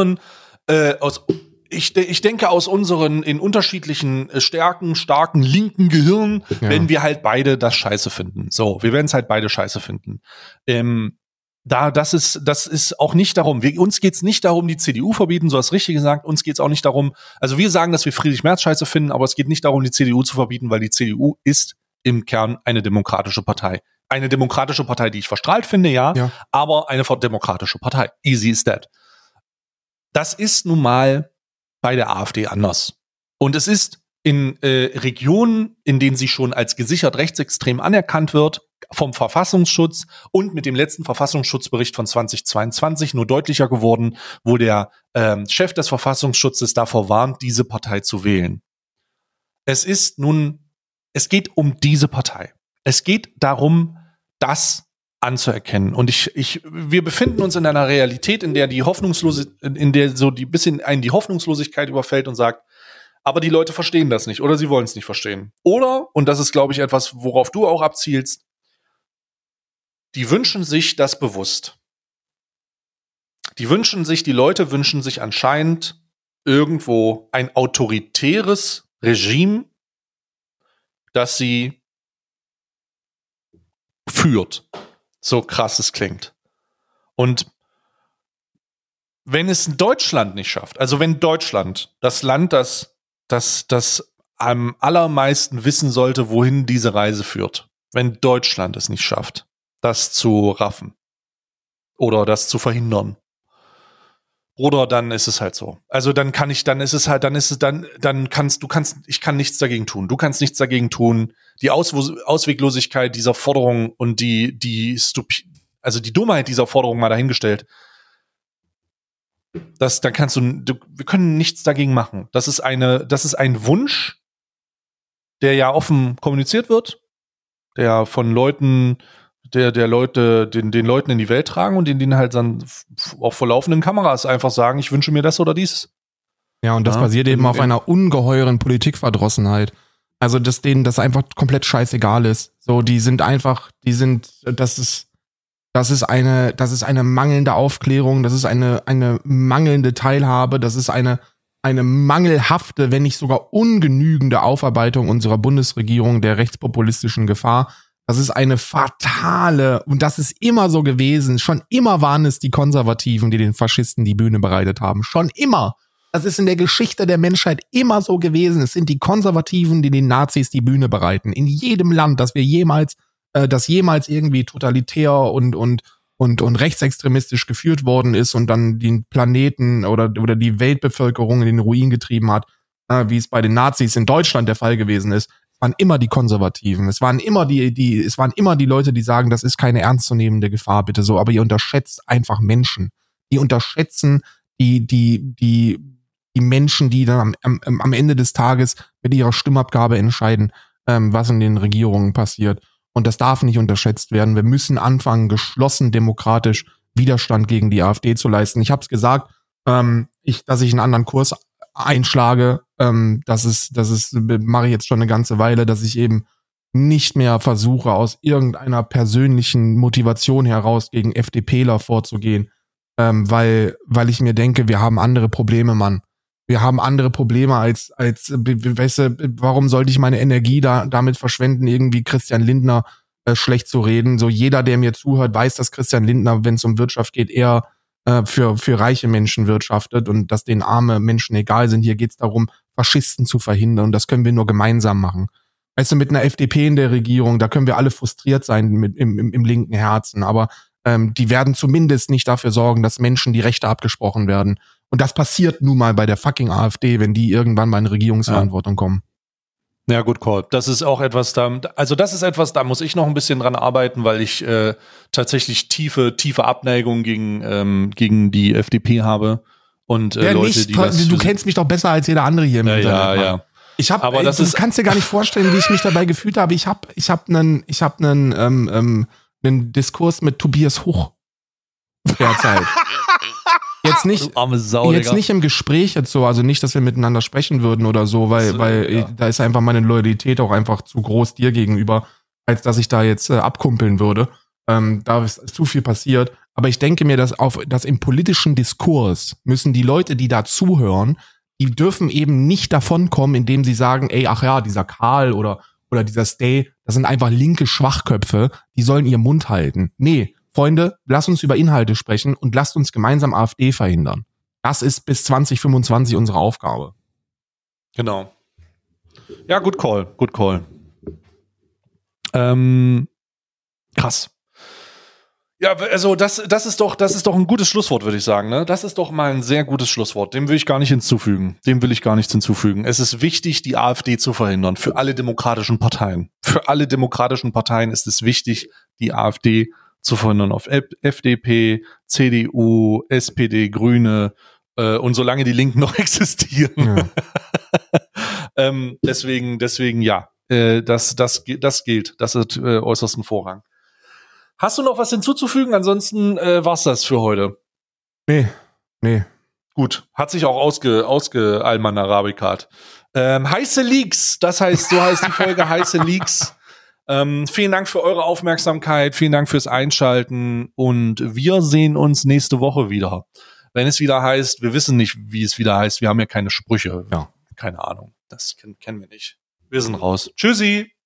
Ich denke, aus unseren in unterschiedlichen starken linken Gehirn werden wir halt beide das scheiße finden. So, wir werden es halt beide scheiße finden. Das ist auch nicht darum. Uns geht's nicht darum, die CDU verbieten, so hast du richtig gesagt. Uns geht's auch nicht darum, also wir sagen, dass wir Friedrich Merz scheiße finden, aber es geht nicht darum, die CDU zu verbieten, weil die CDU ist im Kern eine demokratische Partei. Eine demokratische Partei, die ich verstrahlt finde, ja. Aber eine demokratische Partei. Easy is that. Das ist nun mal bei der AfD anders. Und es ist in Regionen, in denen sie schon als gesichert rechtsextrem anerkannt wird, vom Verfassungsschutz und mit dem letzten Verfassungsschutzbericht von 2022 nur deutlicher geworden, wo der Chef des Verfassungsschutzes davor warnt, diese Partei zu wählen. Es geht um diese Partei. Es geht darum, das anzuerkennen. Und wir befinden uns in einer Realität, in der die Hoffnungslosigkeit überfällt und sagt, Aber die Leute verstehen das nicht oder sie wollen es nicht verstehen. Oder, und das ist, glaube ich, etwas, worauf du auch abzielst, die wünschen sich das bewusst. Die Leute wünschen sich anscheinend irgendwo ein autoritäres Regime, das sie führt. So krass es klingt. Und wenn es Deutschland nicht schafft, also wenn Deutschland, das Land, das am allermeisten wissen sollte, wohin diese Reise führt, wenn Deutschland es nicht schafft, das zu raffen oder das zu verhindern, oder dann ist es halt so. Also ich kann nichts dagegen tun. Du kannst nichts dagegen tun. Die Ausweglosigkeit dieser Forderung und die Dummheit dieser Forderung mal dahingestellt. Wir können nichts dagegen machen. Das ist ein Wunsch, der ja offen kommuniziert wird, der von Leuten, den Leuten in die Welt tragen und denen halt dann auch vor laufenden Kameras einfach sagen, ich wünsche mir das oder dies. Ja, und das basiert eben auf einer ungeheuren Politikverdrossenheit. Also, dass denen das einfach komplett scheißegal ist. So, das ist eine mangelnde Aufklärung, das ist eine mangelnde Teilhabe, das ist eine mangelhafte, wenn nicht sogar ungenügende Aufarbeitung unserer Bundesregierung der rechtspopulistischen Gefahr. Das ist eine fatale, und das ist immer so gewesen, schon immer waren es die Konservativen, die den Faschisten die Bühne bereitet haben. Schon immer. Das ist in der Geschichte der Menschheit immer so gewesen. Es sind die Konservativen, die den Nazis die Bühne bereiten. In jedem Land, das jemals irgendwie totalitär und rechtsextremistisch geführt worden ist und dann den Planeten oder die Weltbevölkerung in den Ruin getrieben hat, wie es bei den Nazis in Deutschland der Fall gewesen ist, waren immer die Konservativen. Es waren immer die Leute, die sagen, das ist keine ernstzunehmende Gefahr, bitte so, aber ihr unterschätzt einfach Menschen. Die unterschätzen die Menschen, die dann am Ende des Tages mit ihrer Stimmabgabe entscheiden, was in den Regierungen passiert. Und das darf nicht unterschätzt werden. Wir müssen anfangen, geschlossen demokratisch Widerstand gegen die AfD zu leisten. Ich habe es gesagt, dass ich einen anderen Kurs einschlage. Das mache ich jetzt schon eine ganze Weile, dass ich eben nicht mehr versuche, aus irgendeiner persönlichen Motivation heraus gegen FDPler vorzugehen, weil ich mir denke, wir haben andere Probleme, Mann. Wir haben andere Probleme weißt du, warum sollte ich meine Energie damit verschwenden, irgendwie Christian Lindner schlecht zu reden? So jeder, der mir zuhört, weiß, dass Christian Lindner, wenn es um Wirtschaft geht, eher für reiche Menschen wirtschaftet und dass denen arme Menschen egal sind. Hier geht's darum, Faschisten zu verhindern, und das können wir nur gemeinsam machen. Weißt du, mit einer FDP in der Regierung, da können wir alle frustriert sein im linken Herzen, aber die werden zumindest nicht dafür sorgen, dass Menschen die Rechte abgesprochen werden. Und das passiert nun mal bei der fucking AfD, wenn die irgendwann mal in Regierungsverantwortung kommen. Ja, gut, Call. Das ist auch etwas, da muss ich noch ein bisschen dran arbeiten, weil ich tatsächlich tiefe Abneigung gegen die FDP habe. Und Leute, du kennst mich doch besser als jeder andere hier im Internet. Ja. Du kannst dir gar nicht vorstellen, wie ich mich dabei gefühlt habe. Ich hab einen Diskurs mit Tobias Huch derzeit. Jetzt nicht, arme Sau, jetzt nicht im Gespräch jetzt so, also nicht, dass wir miteinander sprechen würden oder so, weil da ist einfach meine Loyalität auch einfach zu groß dir gegenüber, als dass ich da jetzt abkumpeln würde. Da ist zu viel passiert. Aber ich denke mir, dass im politischen Diskurs müssen die Leute, die da zuhören, die dürfen eben nicht davonkommen, indem sie sagen, ey, ach ja, dieser Karl oder dieser Stay, das sind einfach linke Schwachköpfe, die sollen ihren Mund halten. Nee, Freunde, lasst uns über Inhalte sprechen und lasst uns gemeinsam AfD verhindern. Das ist bis 2025 unsere Aufgabe. Genau. Ja, good call. Krass. Ja, also das ist doch ein gutes Schlusswort, würde ich sagen, ne? Das ist doch mal ein sehr gutes Schlusswort. Dem will ich gar nichts hinzufügen. Es ist wichtig, die AfD zu verhindern. Für alle demokratischen Parteien. Für alle demokratischen Parteien ist es wichtig, die AfD zu verhindern, auf FDP, CDU, SPD, Grüne und solange die Linken noch existieren. Ja. Deswegen ja, das gilt. Das hat äußersten Vorrang. Hast du noch was hinzuzufügen? Ansonsten war's das für heute. Nee. Gut, hat sich auch ausgealmanarabikat. Heiße Leaks, so heißt die Folge Heiße Leaks. Vielen Dank für eure Aufmerksamkeit, vielen Dank fürs Einschalten und wir sehen uns nächste Woche wieder. Wenn es wieder heißt, wir wissen nicht, wie es wieder heißt, wir haben ja keine Sprüche. Ja. Keine Ahnung, das kennen wir nicht. Wir sind raus. Tschüssi!